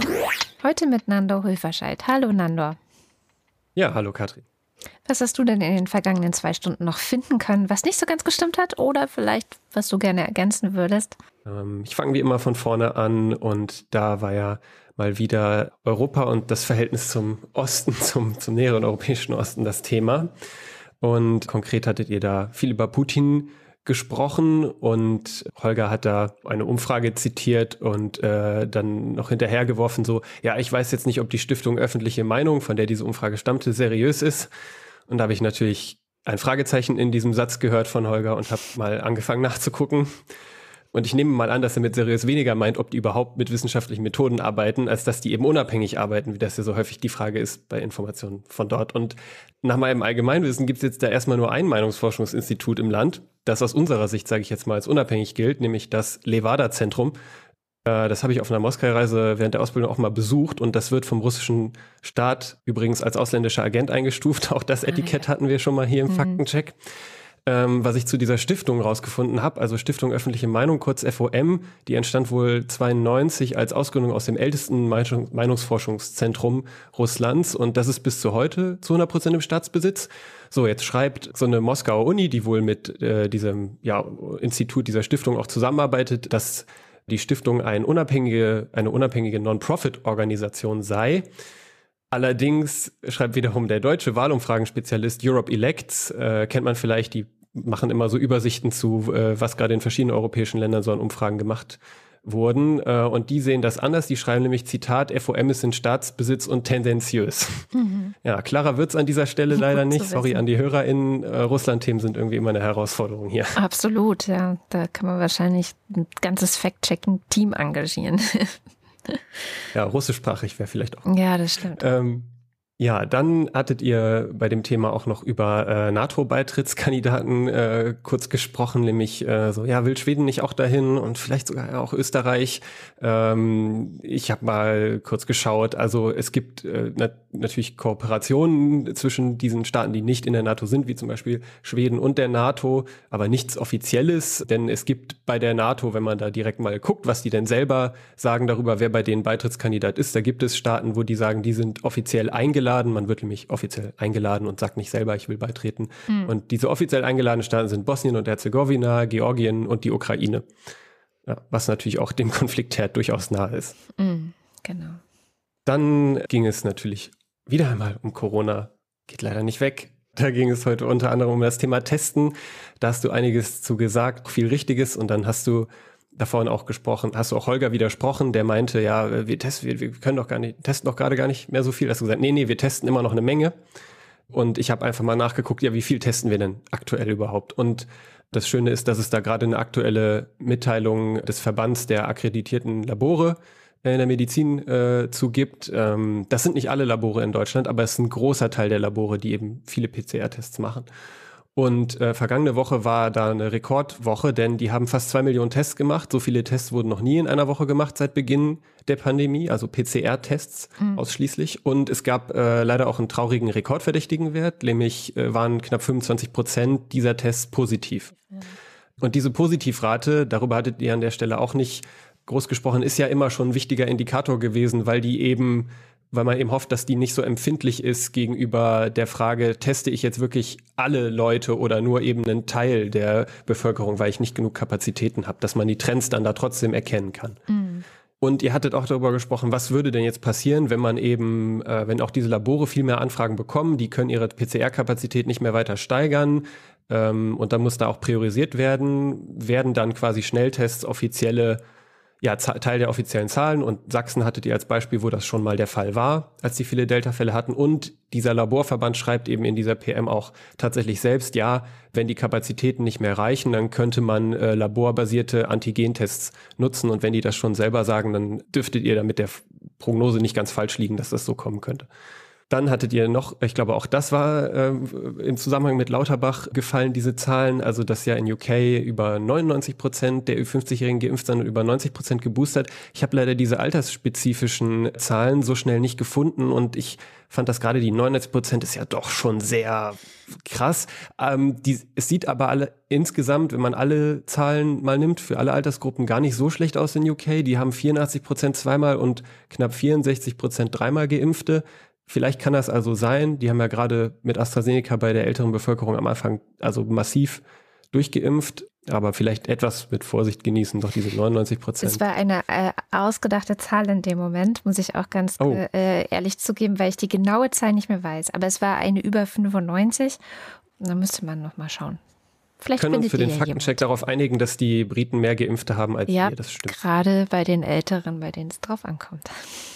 Heute mit Nandor Höferscheid. Hallo Nandor. Ja, hallo Katrin. Was hast du denn in den vergangenen 2 Stunden noch finden können, was nicht so ganz gestimmt hat oder vielleicht, was du gerne ergänzen würdest? Ich fange wie immer von vorne an und da war ja mal wieder Europa und das Verhältnis zum Osten, zum näheren europäischen Osten das Thema. Und konkret hattet ihr da viel über Putin gesprochen und Holger hat da eine Umfrage zitiert und dann noch hinterhergeworfen so, ja, ich weiß jetzt nicht, ob die Stiftung Öffentliche Meinung, von der diese Umfrage stammte, seriös ist. Und da habe ich natürlich ein Fragezeichen in diesem Satz gehört von Holger und habe mal angefangen nachzugucken. Und ich nehme mal an, dass er mit seriös weniger meint, ob die überhaupt mit wissenschaftlichen Methoden arbeiten, als dass die eben unabhängig arbeiten, wie das ja so häufig die Frage ist bei Informationen von dort. Und nach meinem Allgemeinwissen gibt es jetzt da erstmal nur ein Meinungsforschungsinstitut im Land, das aus unserer Sicht, sage ich jetzt mal, als unabhängig gilt, nämlich das Levada-Zentrum. Das habe ich auf einer Moskau-Reise während der Ausbildung auch mal besucht und das wird vom russischen Staat übrigens als ausländischer Agent eingestuft. Auch das Etikett hatten wir schon mal hier im Faktencheck. Was ich zu dieser Stiftung rausgefunden habe, also Stiftung Öffentliche Meinung, kurz FOM, die entstand wohl 1992 als Ausgründung aus dem ältesten Meinungsforschungszentrum Russlands und das ist bis zu heute zu 100% im Staatsbesitz. So, jetzt schreibt so eine Moskauer Uni, die wohl mit diesem Institut dieser Stiftung auch zusammenarbeitet, dass die Stiftung eine unabhängige Non-Profit-Organisation sei. Allerdings schreibt wiederum der deutsche Wahlumfragenspezialist Europe Elects, kennt man vielleicht, die machen immer so Übersichten zu, was gerade in verschiedenen europäischen Ländern so an Umfragen gemacht wurden. Und die sehen das anders. Die schreiben nämlich, Zitat, FOM ist in Staatsbesitz und tendenziös. Ja, klarer wird's an dieser Stelle leider nicht. Sorry an die HörerInnen. Russland-Themen sind irgendwie immer eine Herausforderung hier. Absolut, ja. Da kann man wahrscheinlich ein ganzes Fact-Checking-Team engagieren. Ja, russischsprachig wäre vielleicht auch. Ja, das stimmt. Ja, dann hattet ihr bei dem Thema auch noch über NATO-Beitrittskandidaten kurz gesprochen, nämlich will Schweden nicht auch dahin und vielleicht sogar auch Österreich. Ich habe mal kurz geschaut, also es gibt natürlich Kooperationen zwischen diesen Staaten, die nicht in der NATO sind, wie zum Beispiel Schweden und der NATO, aber nichts Offizielles, denn es gibt bei der NATO, wenn man da direkt mal guckt, was die denn selber sagen darüber, wer bei denen Beitrittskandidat ist, da gibt es Staaten, wo die sagen, die sind offiziell eingeladen. Man wird nämlich offiziell eingeladen und sagt nicht selber, ich will beitreten. Und diese offiziell eingeladenen Staaten sind Bosnien und Herzegowina, Georgien und die Ukraine. Ja, was natürlich auch dem Konfliktherd durchaus nahe ist. Genau. Dann ging es natürlich wieder einmal um Corona. Geht leider nicht weg. Da ging es heute unter anderem um das Thema Testen. Da hast du einiges zu gesagt, viel Richtiges. Und dann hast du davon auch gesprochen, hast du auch Holger widersprochen, der meinte, ja, wir können doch gar nicht, testen doch gerade gar nicht mehr so viel. Hast du gesagt, nee, wir testen immer noch eine Menge. Und ich habe einfach mal nachgeguckt, ja, wie viel testen wir denn aktuell überhaupt? Und das Schöne ist, dass es da gerade eine aktuelle Mitteilung des Verbands der akkreditierten Labore in der Medizin zu gibt. Das sind nicht alle Labore in Deutschland, aber es ist ein großer Teil der Labore, die eben viele PCR-Tests machen. Und vergangene Woche war da eine Rekordwoche, denn die haben fast 2 Millionen Tests gemacht. So viele Tests wurden noch nie in einer Woche gemacht seit Beginn der Pandemie, also PCR-Tests ausschließlich. Und es gab leider auch einen traurigen rekordverdächtigen Wert, nämlich waren knapp 25% dieser Tests positiv. Und diese Positivrate, darüber hattet ihr an der Stelle auch nicht groß gesprochen, ist ja immer schon ein wichtiger Indikator gewesen, weil man eben hofft, dass die nicht so empfindlich ist gegenüber der Frage, teste ich jetzt wirklich alle Leute oder nur eben einen Teil der Bevölkerung, weil ich nicht genug Kapazitäten habe, dass man die Trends dann da trotzdem erkennen kann. Mhm. Und ihr hattet auch darüber gesprochen, was würde denn jetzt passieren, wenn man eben, wenn auch diese Labore viel mehr Anfragen bekommen, die können ihre PCR-Kapazität nicht mehr weiter steigern, und dann muss da auch priorisiert werden dann quasi Schnelltests Teil der offiziellen Zahlen, und Sachsen hattet ihr als Beispiel, wo das schon mal der Fall war, als die viele Delta-Fälle hatten, und dieser Laborverband schreibt eben in dieser PM auch tatsächlich selbst, ja, wenn die Kapazitäten nicht mehr reichen, dann könnte man laborbasierte Antigentests nutzen, und wenn die das schon selber sagen, dann dürftet ihr da mit der Prognose nicht ganz falsch liegen, dass das so kommen könnte. Dann hattet ihr noch, ich glaube auch das war im Zusammenhang mit Lauterbach gefallen, diese Zahlen, also dass ja in UK über 99% der Ü50-Jährigen geimpft sind und über 90% geboostert. Ich habe leider diese altersspezifischen Zahlen so schnell nicht gefunden, und ich fand das gerade die 99% ist ja doch schon sehr krass. Es sieht aber insgesamt, wenn man alle Zahlen mal nimmt, für alle Altersgruppen gar nicht so schlecht aus in UK. Die haben 84% zweimal und knapp 64% dreimal Geimpfte. Vielleicht kann das also sein, die haben ja gerade mit AstraZeneca bei der älteren Bevölkerung am Anfang also massiv durchgeimpft, aber vielleicht etwas mit Vorsicht genießen, doch diese 99%. Es war eine ausgedachte Zahl in dem Moment, muss ich auch ganz ehrlich zugeben, weil ich die genaue Zahl nicht mehr weiß. Aber es war eine über 95, und da müsste man noch mal schauen. Vielleicht können uns für den Faktencheck darauf einigen, dass die Briten mehr Geimpfte haben als wir, das stimmt. Gerade bei den Älteren, bei denen es drauf ankommt.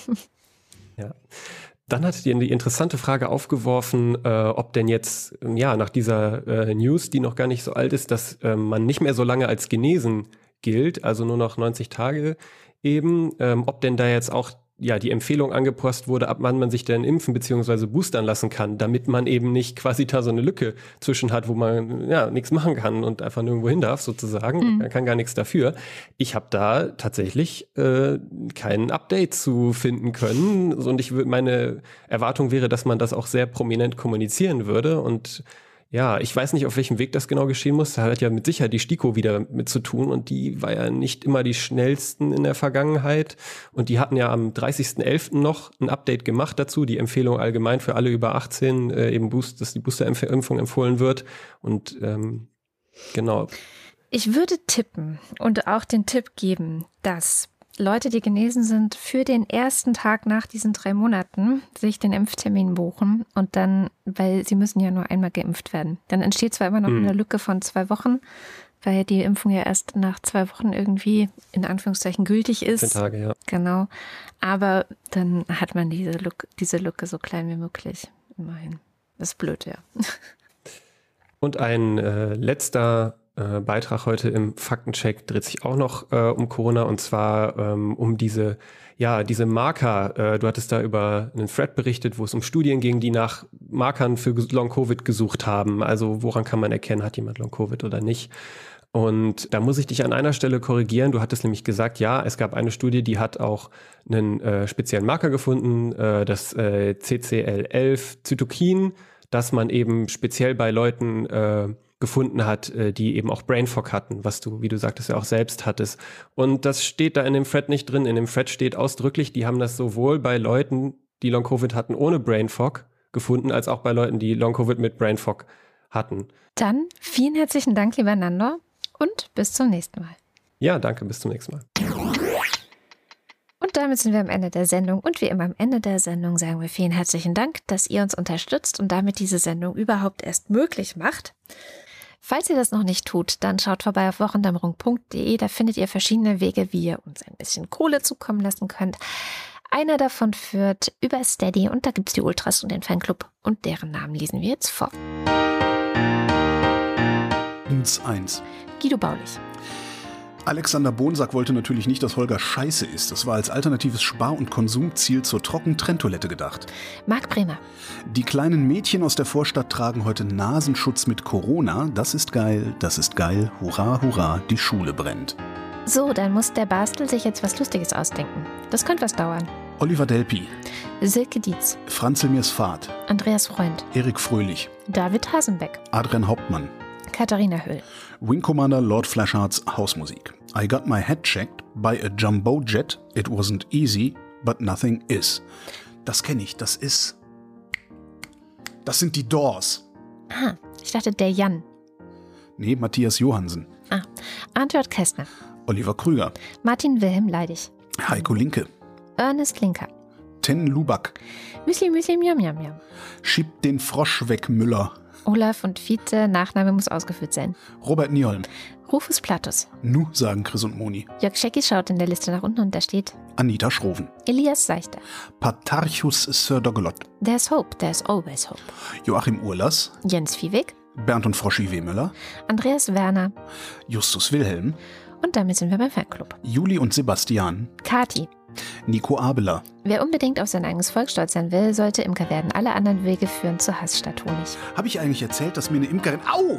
Ja. Dann hattet ihr die interessante Frage aufgeworfen, ob denn jetzt, nach dieser News, die noch gar nicht so alt ist, dass man nicht mehr so lange als genesen gilt, also nur noch 90 Tage eben, ob denn da jetzt auch die Empfehlung angepasst wurde, ab wann man sich denn impfen bzw. boostern lassen kann, damit man eben nicht quasi da so eine Lücke zwischen hat, wo man nichts machen kann und einfach nirgendwo hin darf sozusagen. Man kann gar nichts dafür. Ich habe da tatsächlich kein Update zu finden können, und meine Erwartung wäre, dass man das auch sehr prominent kommunizieren würde, und ich weiß nicht, auf welchem Weg das genau geschehen muss. Da hat ja mit Sicherheit die STIKO wieder mit zu tun, und die war ja nicht immer die schnellsten in der Vergangenheit. Und die hatten ja am 30.11. noch ein Update gemacht dazu, die Empfehlung allgemein für alle über 18, dass die Boosterimpfung empfohlen wird. Und genau. Ich würde tippen und auch den Tipp geben, dass Leute, die genesen sind, für den ersten Tag nach diesen 3 Monaten sich den Impftermin buchen, und dann, weil sie müssen ja nur einmal geimpft werden. Dann entsteht zwar immer noch eine Lücke von 2 Wochen, weil die Impfung ja erst nach 2 Wochen irgendwie in Anführungszeichen gültig ist. 10 Tage, ja. Genau. Aber dann hat man diese Lücke so klein wie möglich. Immerhin. Das ist blöd, ja. Und ein letzter Beitrag heute im Faktencheck dreht sich auch noch um Corona, und zwar um diese Marker. Du hattest da über einen Thread berichtet, wo es um Studien ging, die nach Markern für Long-Covid gesucht haben. Also woran kann man erkennen, hat jemand Long-Covid oder nicht? Und da muss ich dich an einer Stelle korrigieren. Du hattest nämlich gesagt, es gab eine Studie, die hat auch einen speziellen Marker gefunden, das CCL11-Zytokin, das man eben speziell bei Leuten gefunden hat, die eben auch Brain Fog hatten, was du, wie du sagtest, ja auch selbst hattest. Und das steht da in dem Thread nicht drin. In dem Thread steht ausdrücklich, die haben das sowohl bei Leuten, die Long-Covid hatten ohne Brain Fog gefunden, als auch bei Leuten, die Long-Covid mit Brain Fog hatten. Dann vielen herzlichen Dank, lieber Nandor, und bis zum nächsten Mal. Ja, danke, bis zum nächsten Mal. Und damit sind wir am Ende der Sendung. Und wie immer am Ende der Sendung sagen wir vielen herzlichen Dank, dass ihr uns unterstützt und damit diese Sendung überhaupt erst möglich macht. Falls ihr das noch nicht tut, dann schaut vorbei auf wochendämmerung.de. Da findet ihr verschiedene Wege, wie ihr uns ein bisschen Kohle zukommen lassen könnt. Einer davon führt über Steady, und da gibt es die Ultras und den Fanclub, und deren Namen lesen wir jetzt vor. 1. Guido Baulich. Alexander Bonsack wollte natürlich nicht, dass Holger scheiße ist. Das war als alternatives Spar- und Konsumziel zur Trockentrenntoilette gedacht. Marc Bremer. Die kleinen Mädchen aus der Vorstadt tragen heute Nasenschutz mit Corona. Das ist geil, hurra, hurra, die Schule brennt. So, dann muss der Bastel sich jetzt was Lustiges ausdenken. Das könnte was dauern. Oliver Delpi. Silke Dietz. Franzel Mirsfahrt. Andreas Freund. Erik Fröhlich. David Hasenbeck. Adrian Hauptmann. Katharina Höll. Wing Commander Lord Flashhearts Hausmusik. I got my head checked by a jumbo jet. It wasn't easy, but nothing is. Das kenne ich, das sind die Doors. Ah, ich dachte der Jan. Nee, Matthias Johansen. Arndt J. Kästner. Oliver Krüger. Martin Wilhelm Leidig. Heiko Linke. Ernest Linker. Ten Luback. Müsli, Müsli, Miam, Miam, Miam. Schieb den Frosch weg, Müller. Olaf und Fiete, Nachname muss ausgeführt sein. Robert Nieholm. Rufus Platus. Nu, sagen Chris und Moni. Jörg Schecki schaut in der Liste nach unten und da steht Anita Schroven. Elias Seichter. Patarchus Sir-Dogelot. There's hope, there's always hope. Joachim Urlas. Jens Viehweg. Bernd und Froschi Wehmöller. Andreas Werner. Justus Wilhelm. Und damit sind wir beim Fanclub. Juli und Sebastian. Kati. Nico Abela. Wer unbedingt auf sein eigenes Volk stolz sein will, sollte Imker werden. Alle anderen Wege führen zu Hass statt Honig. Habe ich eigentlich erzählt, dass mir eine Imkerin... Au!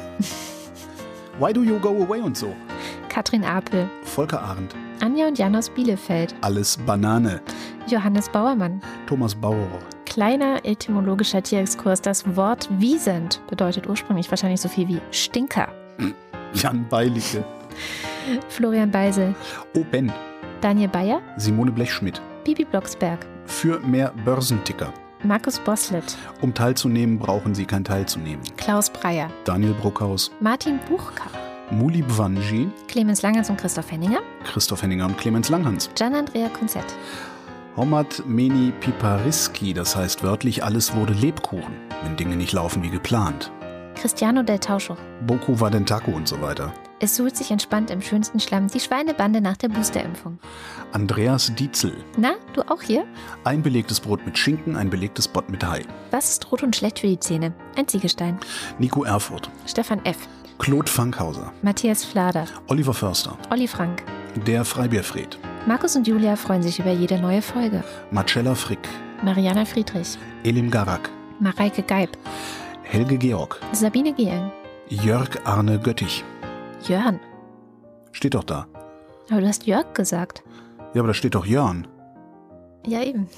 Why do you go away und so? Katrin Apel. Volker Arendt. Anja und Jan aus Bielefeld. Alles Banane. Johannes Bauermann. Thomas Bauer. Kleiner etymologischer Tierexkurs. Das Wort wiesend bedeutet ursprünglich wahrscheinlich so viel wie Stinker. Jan Beilicke. Florian Beisel. Oh Ben. Daniel Bayer. Simone Blechschmidt. Bibi Blocksberg. Für mehr Börsenticker. Markus Boslett. Um teilzunehmen, brauchen Sie kein Teilzunehmen. Klaus Breyer. Daniel Bruckhaus. Martin Buchka. Muli Bwanji. Clemens Langhans und Christoph Henninger. Christoph Henninger und Clemens Langhans. Gian-Andrea Konzett. Hommat Meni Pipariski, das heißt wörtlich, alles wurde Lebkuchen, wenn Dinge nicht laufen wie geplant. Cristiano del Tauscho. Boku war den Taco und so weiter. Es suhlt sich entspannt im schönsten Schlamm die Schweinebande nach der Boosterimpfung. Andreas Dietzel. Na, du auch hier? Ein belegtes Brot mit Schinken, ein belegtes Bott mit Hai. Was ist rot und schlecht für die Zähne? Ein Ziegelstein. Nico Erfurt. Stefan F. Claude Fankhauser. Matthias Flader. Oliver Förster. Olli Frank. Der Freibierfried. Markus und Julia freuen sich über jede neue Folge. Marcella Frick. Mariana Friedrich. Elim Garak. Mareike Geib. Helge Georg. Sabine Gehlen. Jörg Arne Göttich. Jörn. Steht doch da. Aber du hast Jörg gesagt. Ja, aber da steht doch Jörn. Ja, eben.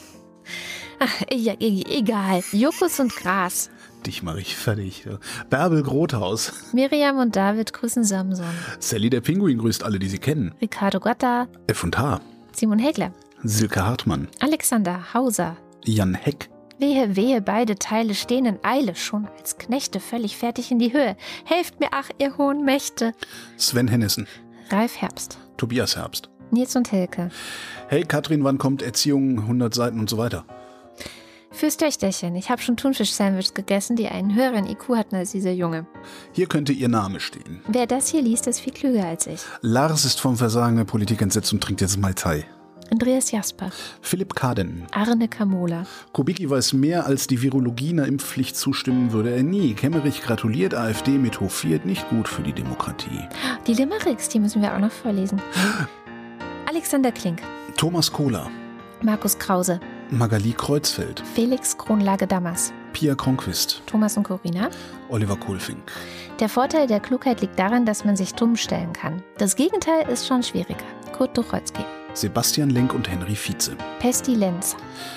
Ach, ja, egal. Jokus und Gras. Dich mach ich fertig. Bärbel Grothaus. Miriam und David grüßen Samson. Sally der Pinguin grüßt alle, die sie kennen. Ricardo Gotta. F&H. Simon Hegler. Silke Hartmann. Alexander Hauser. Jan Heck. Wehe, wehe, beide Teile stehen in Eile, schon als Knechte völlig fertig in die Höhe. Helft mir, ach, ihr hohen Mächte. Sven Hennissen. Ralf Herbst. Tobias Herbst. Nils und Hilke. Hey Katrin, wann kommt Erziehung, 100 Seiten und so weiter? Fürs Töchterchen. Ich habe schon Thunfisch-Sandwiches gegessen, die einen höheren IQ hatten als dieser Junge. Hier könnte Ihr Name stehen. Wer das hier liest, ist viel klüger als ich. Lars ist vom Versagen der Politik entsetzt und trinkt jetzt Mai Tai. Andreas Jasper. Philipp Kaden. Arne Kamola. Kubicki weiß mehr, als die Virologie einer Impfpflicht zustimmen würde er nie. Kemmerich gratuliert AfD mit hofiert, nicht gut für die Demokratie. Die Limericks, die müssen wir auch noch vorlesen. Alexander Klink. Thomas Kohler. Markus Krause. Magali Kreuzfeld. Felix Kronlage-Dammers. Pia Kronquist. Thomas und Corina. Oliver Kohlfink. Der Vorteil der Klugheit liegt darin, dass man sich dumm stellen kann. Das Gegenteil ist schon schwieriger. Kurt Tucholsky. Sebastian Lenk und Henry Vize. Pestilenz.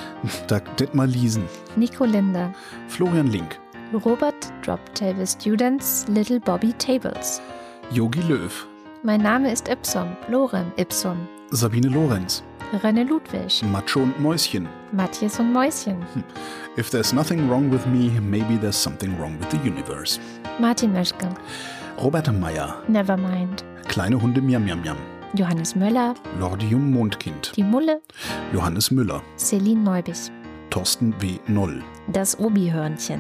Detmar Liesen. Nico Linder. Florian Link. Robert Drop Table Students Little Bobby Tables. Yogi Löw. Mein Name ist Ipsum. Lorem Ipsum. Sabine Lorenz. René Ludwig. Macho und Mäuschen. Matthias und Mäuschen. If there's nothing wrong with me, maybe there's something wrong with the universe. Martin Meschke. Robert Meyer. Nevermind. Kleine Hunde Miam Miam Miam. Johannes Möller. Lordium Mondkind. Die Mulle. Johannes Müller. Celine Neubich. Thorsten W. Noll. Das Obi-Hörnchen.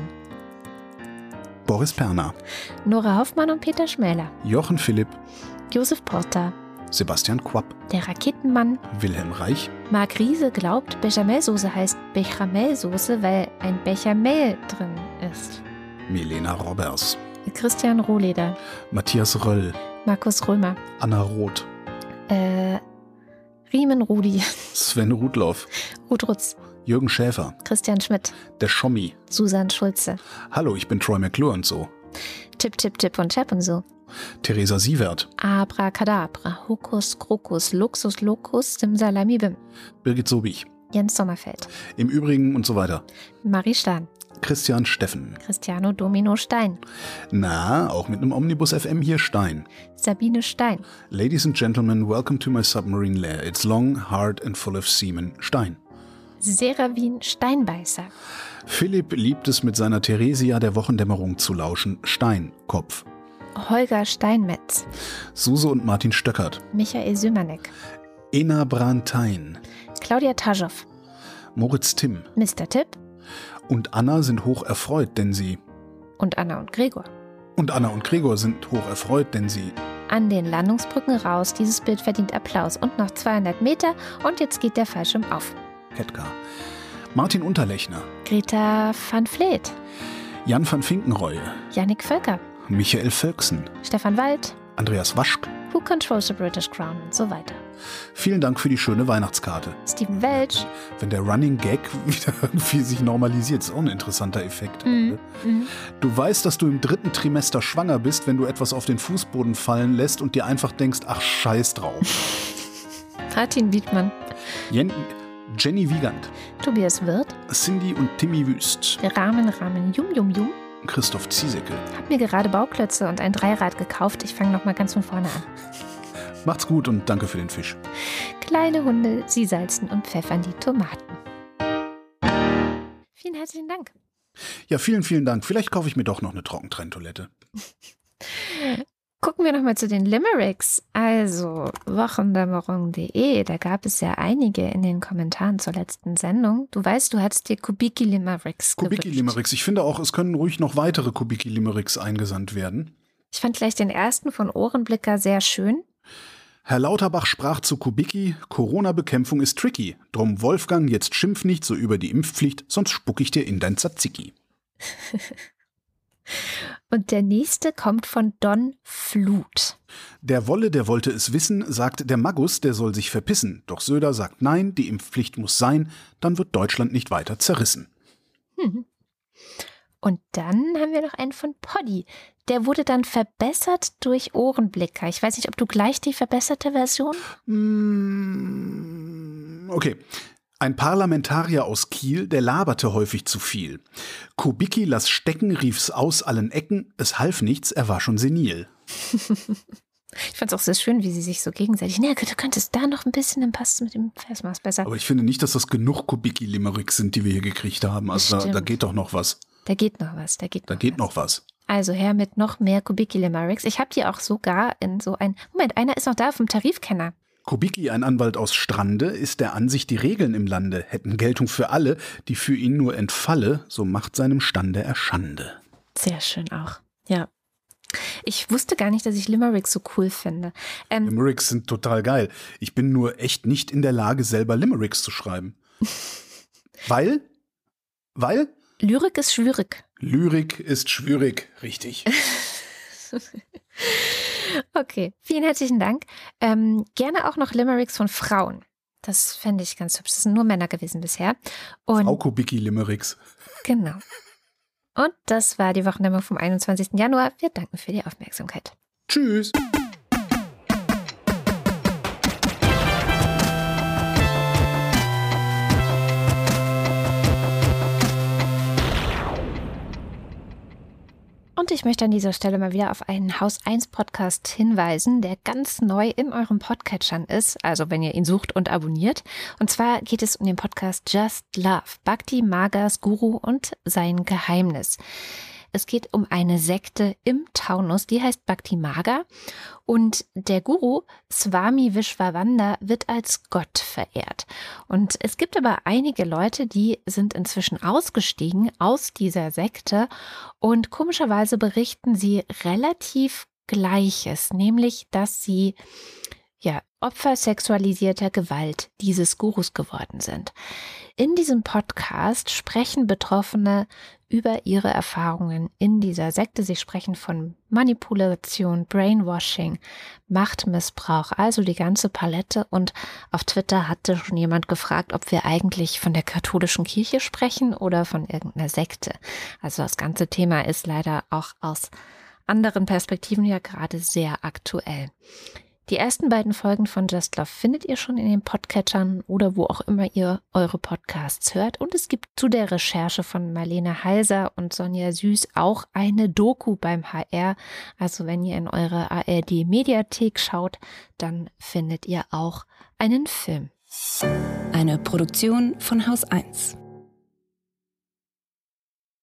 Boris Perner. Nora Hoffmann und Peter Schmäler. Jochen Philipp. Josef Porter. Sebastian Quapp. Der Raketenmann. Wilhelm Reich. Marc Riese glaubt, Bechamelsoße heißt Bechamelsoße, weil ein Becher Mehl drin ist. Milena Robbers. Christian Rohleder. Matthias Röll. Markus Römer. Anna Roth. Riemen Rudi. Sven Rudloff. Ruth Rutz. Jürgen Schäfer. Christian Schmidt. Der Schommi. Susan Schulze. Hallo, ich bin Troy McClure und so. Tipp, Tipp, Tipp und Chap und so. Theresa Sievert. Abracadabra. Hokus, Krokus, Luxus, Locus, Simsalamibim. Birgit Sobich. Jens Sommerfeld. Im Übrigen und so weiter. Marie Stahn. Christian Steffen. Cristiano Domino Stein. Na, auch mit einem Omnibus FM hier Stein. Sabine Stein. Ladies and gentlemen, welcome to my submarine lair. It's long, hard and full of semen. Stein. Seravin Steinbeißer. Philipp liebt es, mit seiner Theresia der Wochendämmerung zu lauschen. Stein, Kopf. Holger Steinmetz. Suse und Martin Stöckert. Michael Sümanek. Ena Brantein. Claudia Taschow. Moritz Timm. Mr. Tipp. Und Anna sind hoch erfreut, denn sie... Und Anna und Gregor. Und Anna und Gregor sind hoch erfreut, denn sie... An den Landungsbrücken raus. Dieses Bild verdient Applaus. Und noch 200 Meter. Und jetzt geht der Fallschirm auf. Ketka. Martin Unterlechner. Greta van Vleet. Jan van Finkenreue. Jannik Völker. Michael Völksen. Stefan Wald. Andreas Waschk. Who Controls the British Crown und so weiter. Vielen Dank für die schöne Weihnachtskarte. Steven Welch. Wenn der Running Gag wieder irgendwie sich normalisiert, ist auch ein interessanter Effekt. Du weißt, dass du im 3. Trimester schwanger bist, wenn du etwas auf den Fußboden fallen lässt und dir einfach denkst, ach, scheiß drauf. Martin Wiedmann. Jenny Wiegand. Tobias Wirth. Cindy und Timmy Wüst. Rahmen, Yum. Christoph Ziesecke. Hab mir gerade Bauklötze und ein Dreirad gekauft. Ich fange nochmal ganz von vorne an. Macht's gut und danke für den Fisch. Kleine Hunde, sie salzen und pfeffern die Tomaten. Vielen herzlichen Dank. Ja, vielen, vielen Dank. Vielleicht kaufe ich mir doch noch eine Trockentrenntoilette. Gucken wir nochmal zu den Limericks. Also wochendämmerung.de, da gab es ja einige in den Kommentaren zur letzten Sendung. Du weißt, du hattest dir Kubicki-Limericks gewünscht. Kubicki-Limericks. Ich finde auch, es können ruhig noch weitere Kubicki-Limericks eingesandt werden. Ich fand gleich den ersten von Ohrenblicker sehr schön. Herr Lauterbach sprach zu Kubicki, Corona-Bekämpfung ist tricky. Drum Wolfgang, jetzt schimpf nicht so über die Impfpflicht, sonst spuck ich dir in dein Tzatziki. Und der nächste kommt von Don Flut. Der wollte es wissen, sagt der Magus, der soll sich verpissen. Doch Söder sagt nein, die Impfpflicht muss sein, dann wird Deutschland nicht weiter zerrissen. Und dann haben wir noch einen von Poddy. Der wurde dann verbessert durch Ohrenblicker. Ich weiß nicht, ob du gleich die verbesserte Version? Okay. Ein Parlamentarier aus Kiel, der laberte häufig zu viel. Kubicki lass stecken, rief's aus allen Ecken. Es half nichts, er war schon senil. Ich fand's auch sehr schön, wie sie sich so gegenseitig, du könntest da noch ein bisschen, dann passt es mit dem Versmaß besser. Aber ich finde nicht, dass das genug Kubicki-Limericks sind, die wir hier gekriegt haben. Also da geht doch noch was. Da geht noch was. Also her mit noch mehr Kubicki-Limericks. Ich habe die auch sogar in so ein... Moment, einer ist noch da vom Tarifkenner. Kubicki, ein Anwalt aus Strande, ist der Ansicht, die Regeln im Lande hätten Geltung für alle, die für ihn nur entfalle, so macht seinem Stande er Schande. Sehr schön auch, ja. Ich wusste gar nicht, dass ich Limericks so cool finde. Limericks sind total geil. Ich bin nur echt nicht in der Lage, selber Limericks zu schreiben. Weil? Lyrik ist schwierig. Lyrik ist schwierig, richtig. Okay, vielen herzlichen Dank. Gerne auch noch Limericks von Frauen. Das fände ich ganz hübsch. Das sind nur Männer gewesen bisher. Und Frau Kubicki-Limericks. Genau. Und das war die Wochendämmerung vom 21. Januar. Wir danken für die Aufmerksamkeit. Tschüss. Und ich möchte an dieser Stelle mal wieder auf einen Haus 1 Podcast hinweisen, der ganz neu in eurem Podcatchern ist, also wenn ihr ihn sucht und abonniert. Und zwar geht es um den Podcast Just Love, Bhakti Margas Guru und sein Geheimnis. Es geht um eine Sekte im Taunus, die heißt Bhakti Marga. Und der Guru Swami Vishwananda wird als Gott verehrt. Und es gibt aber einige Leute, die sind inzwischen ausgestiegen aus dieser Sekte. Und komischerweise berichten sie relativ Gleiches, nämlich, dass sie Opfer sexualisierter Gewalt dieses Gurus geworden sind. In diesem Podcast sprechen Betroffene über ihre Erfahrungen in dieser Sekte. Sie sprechen von Manipulation, Brainwashing, Machtmissbrauch, also die ganze Palette. Und auf Twitter hatte schon jemand gefragt, ob wir eigentlich von der katholischen Kirche sprechen oder von irgendeiner Sekte. Also das ganze Thema ist leider auch aus anderen Perspektiven ja gerade sehr aktuell. Die ersten beiden Folgen von Just Love findet ihr schon in den Podcatchern oder wo auch immer ihr eure Podcasts hört. Und es gibt zu der Recherche von Marlene Halser und Sonja Süß auch eine Doku beim HR. Also wenn ihr in eure ARD-Mediathek schaut, dann findet ihr auch einen Film. Eine Produktion von Haus 1.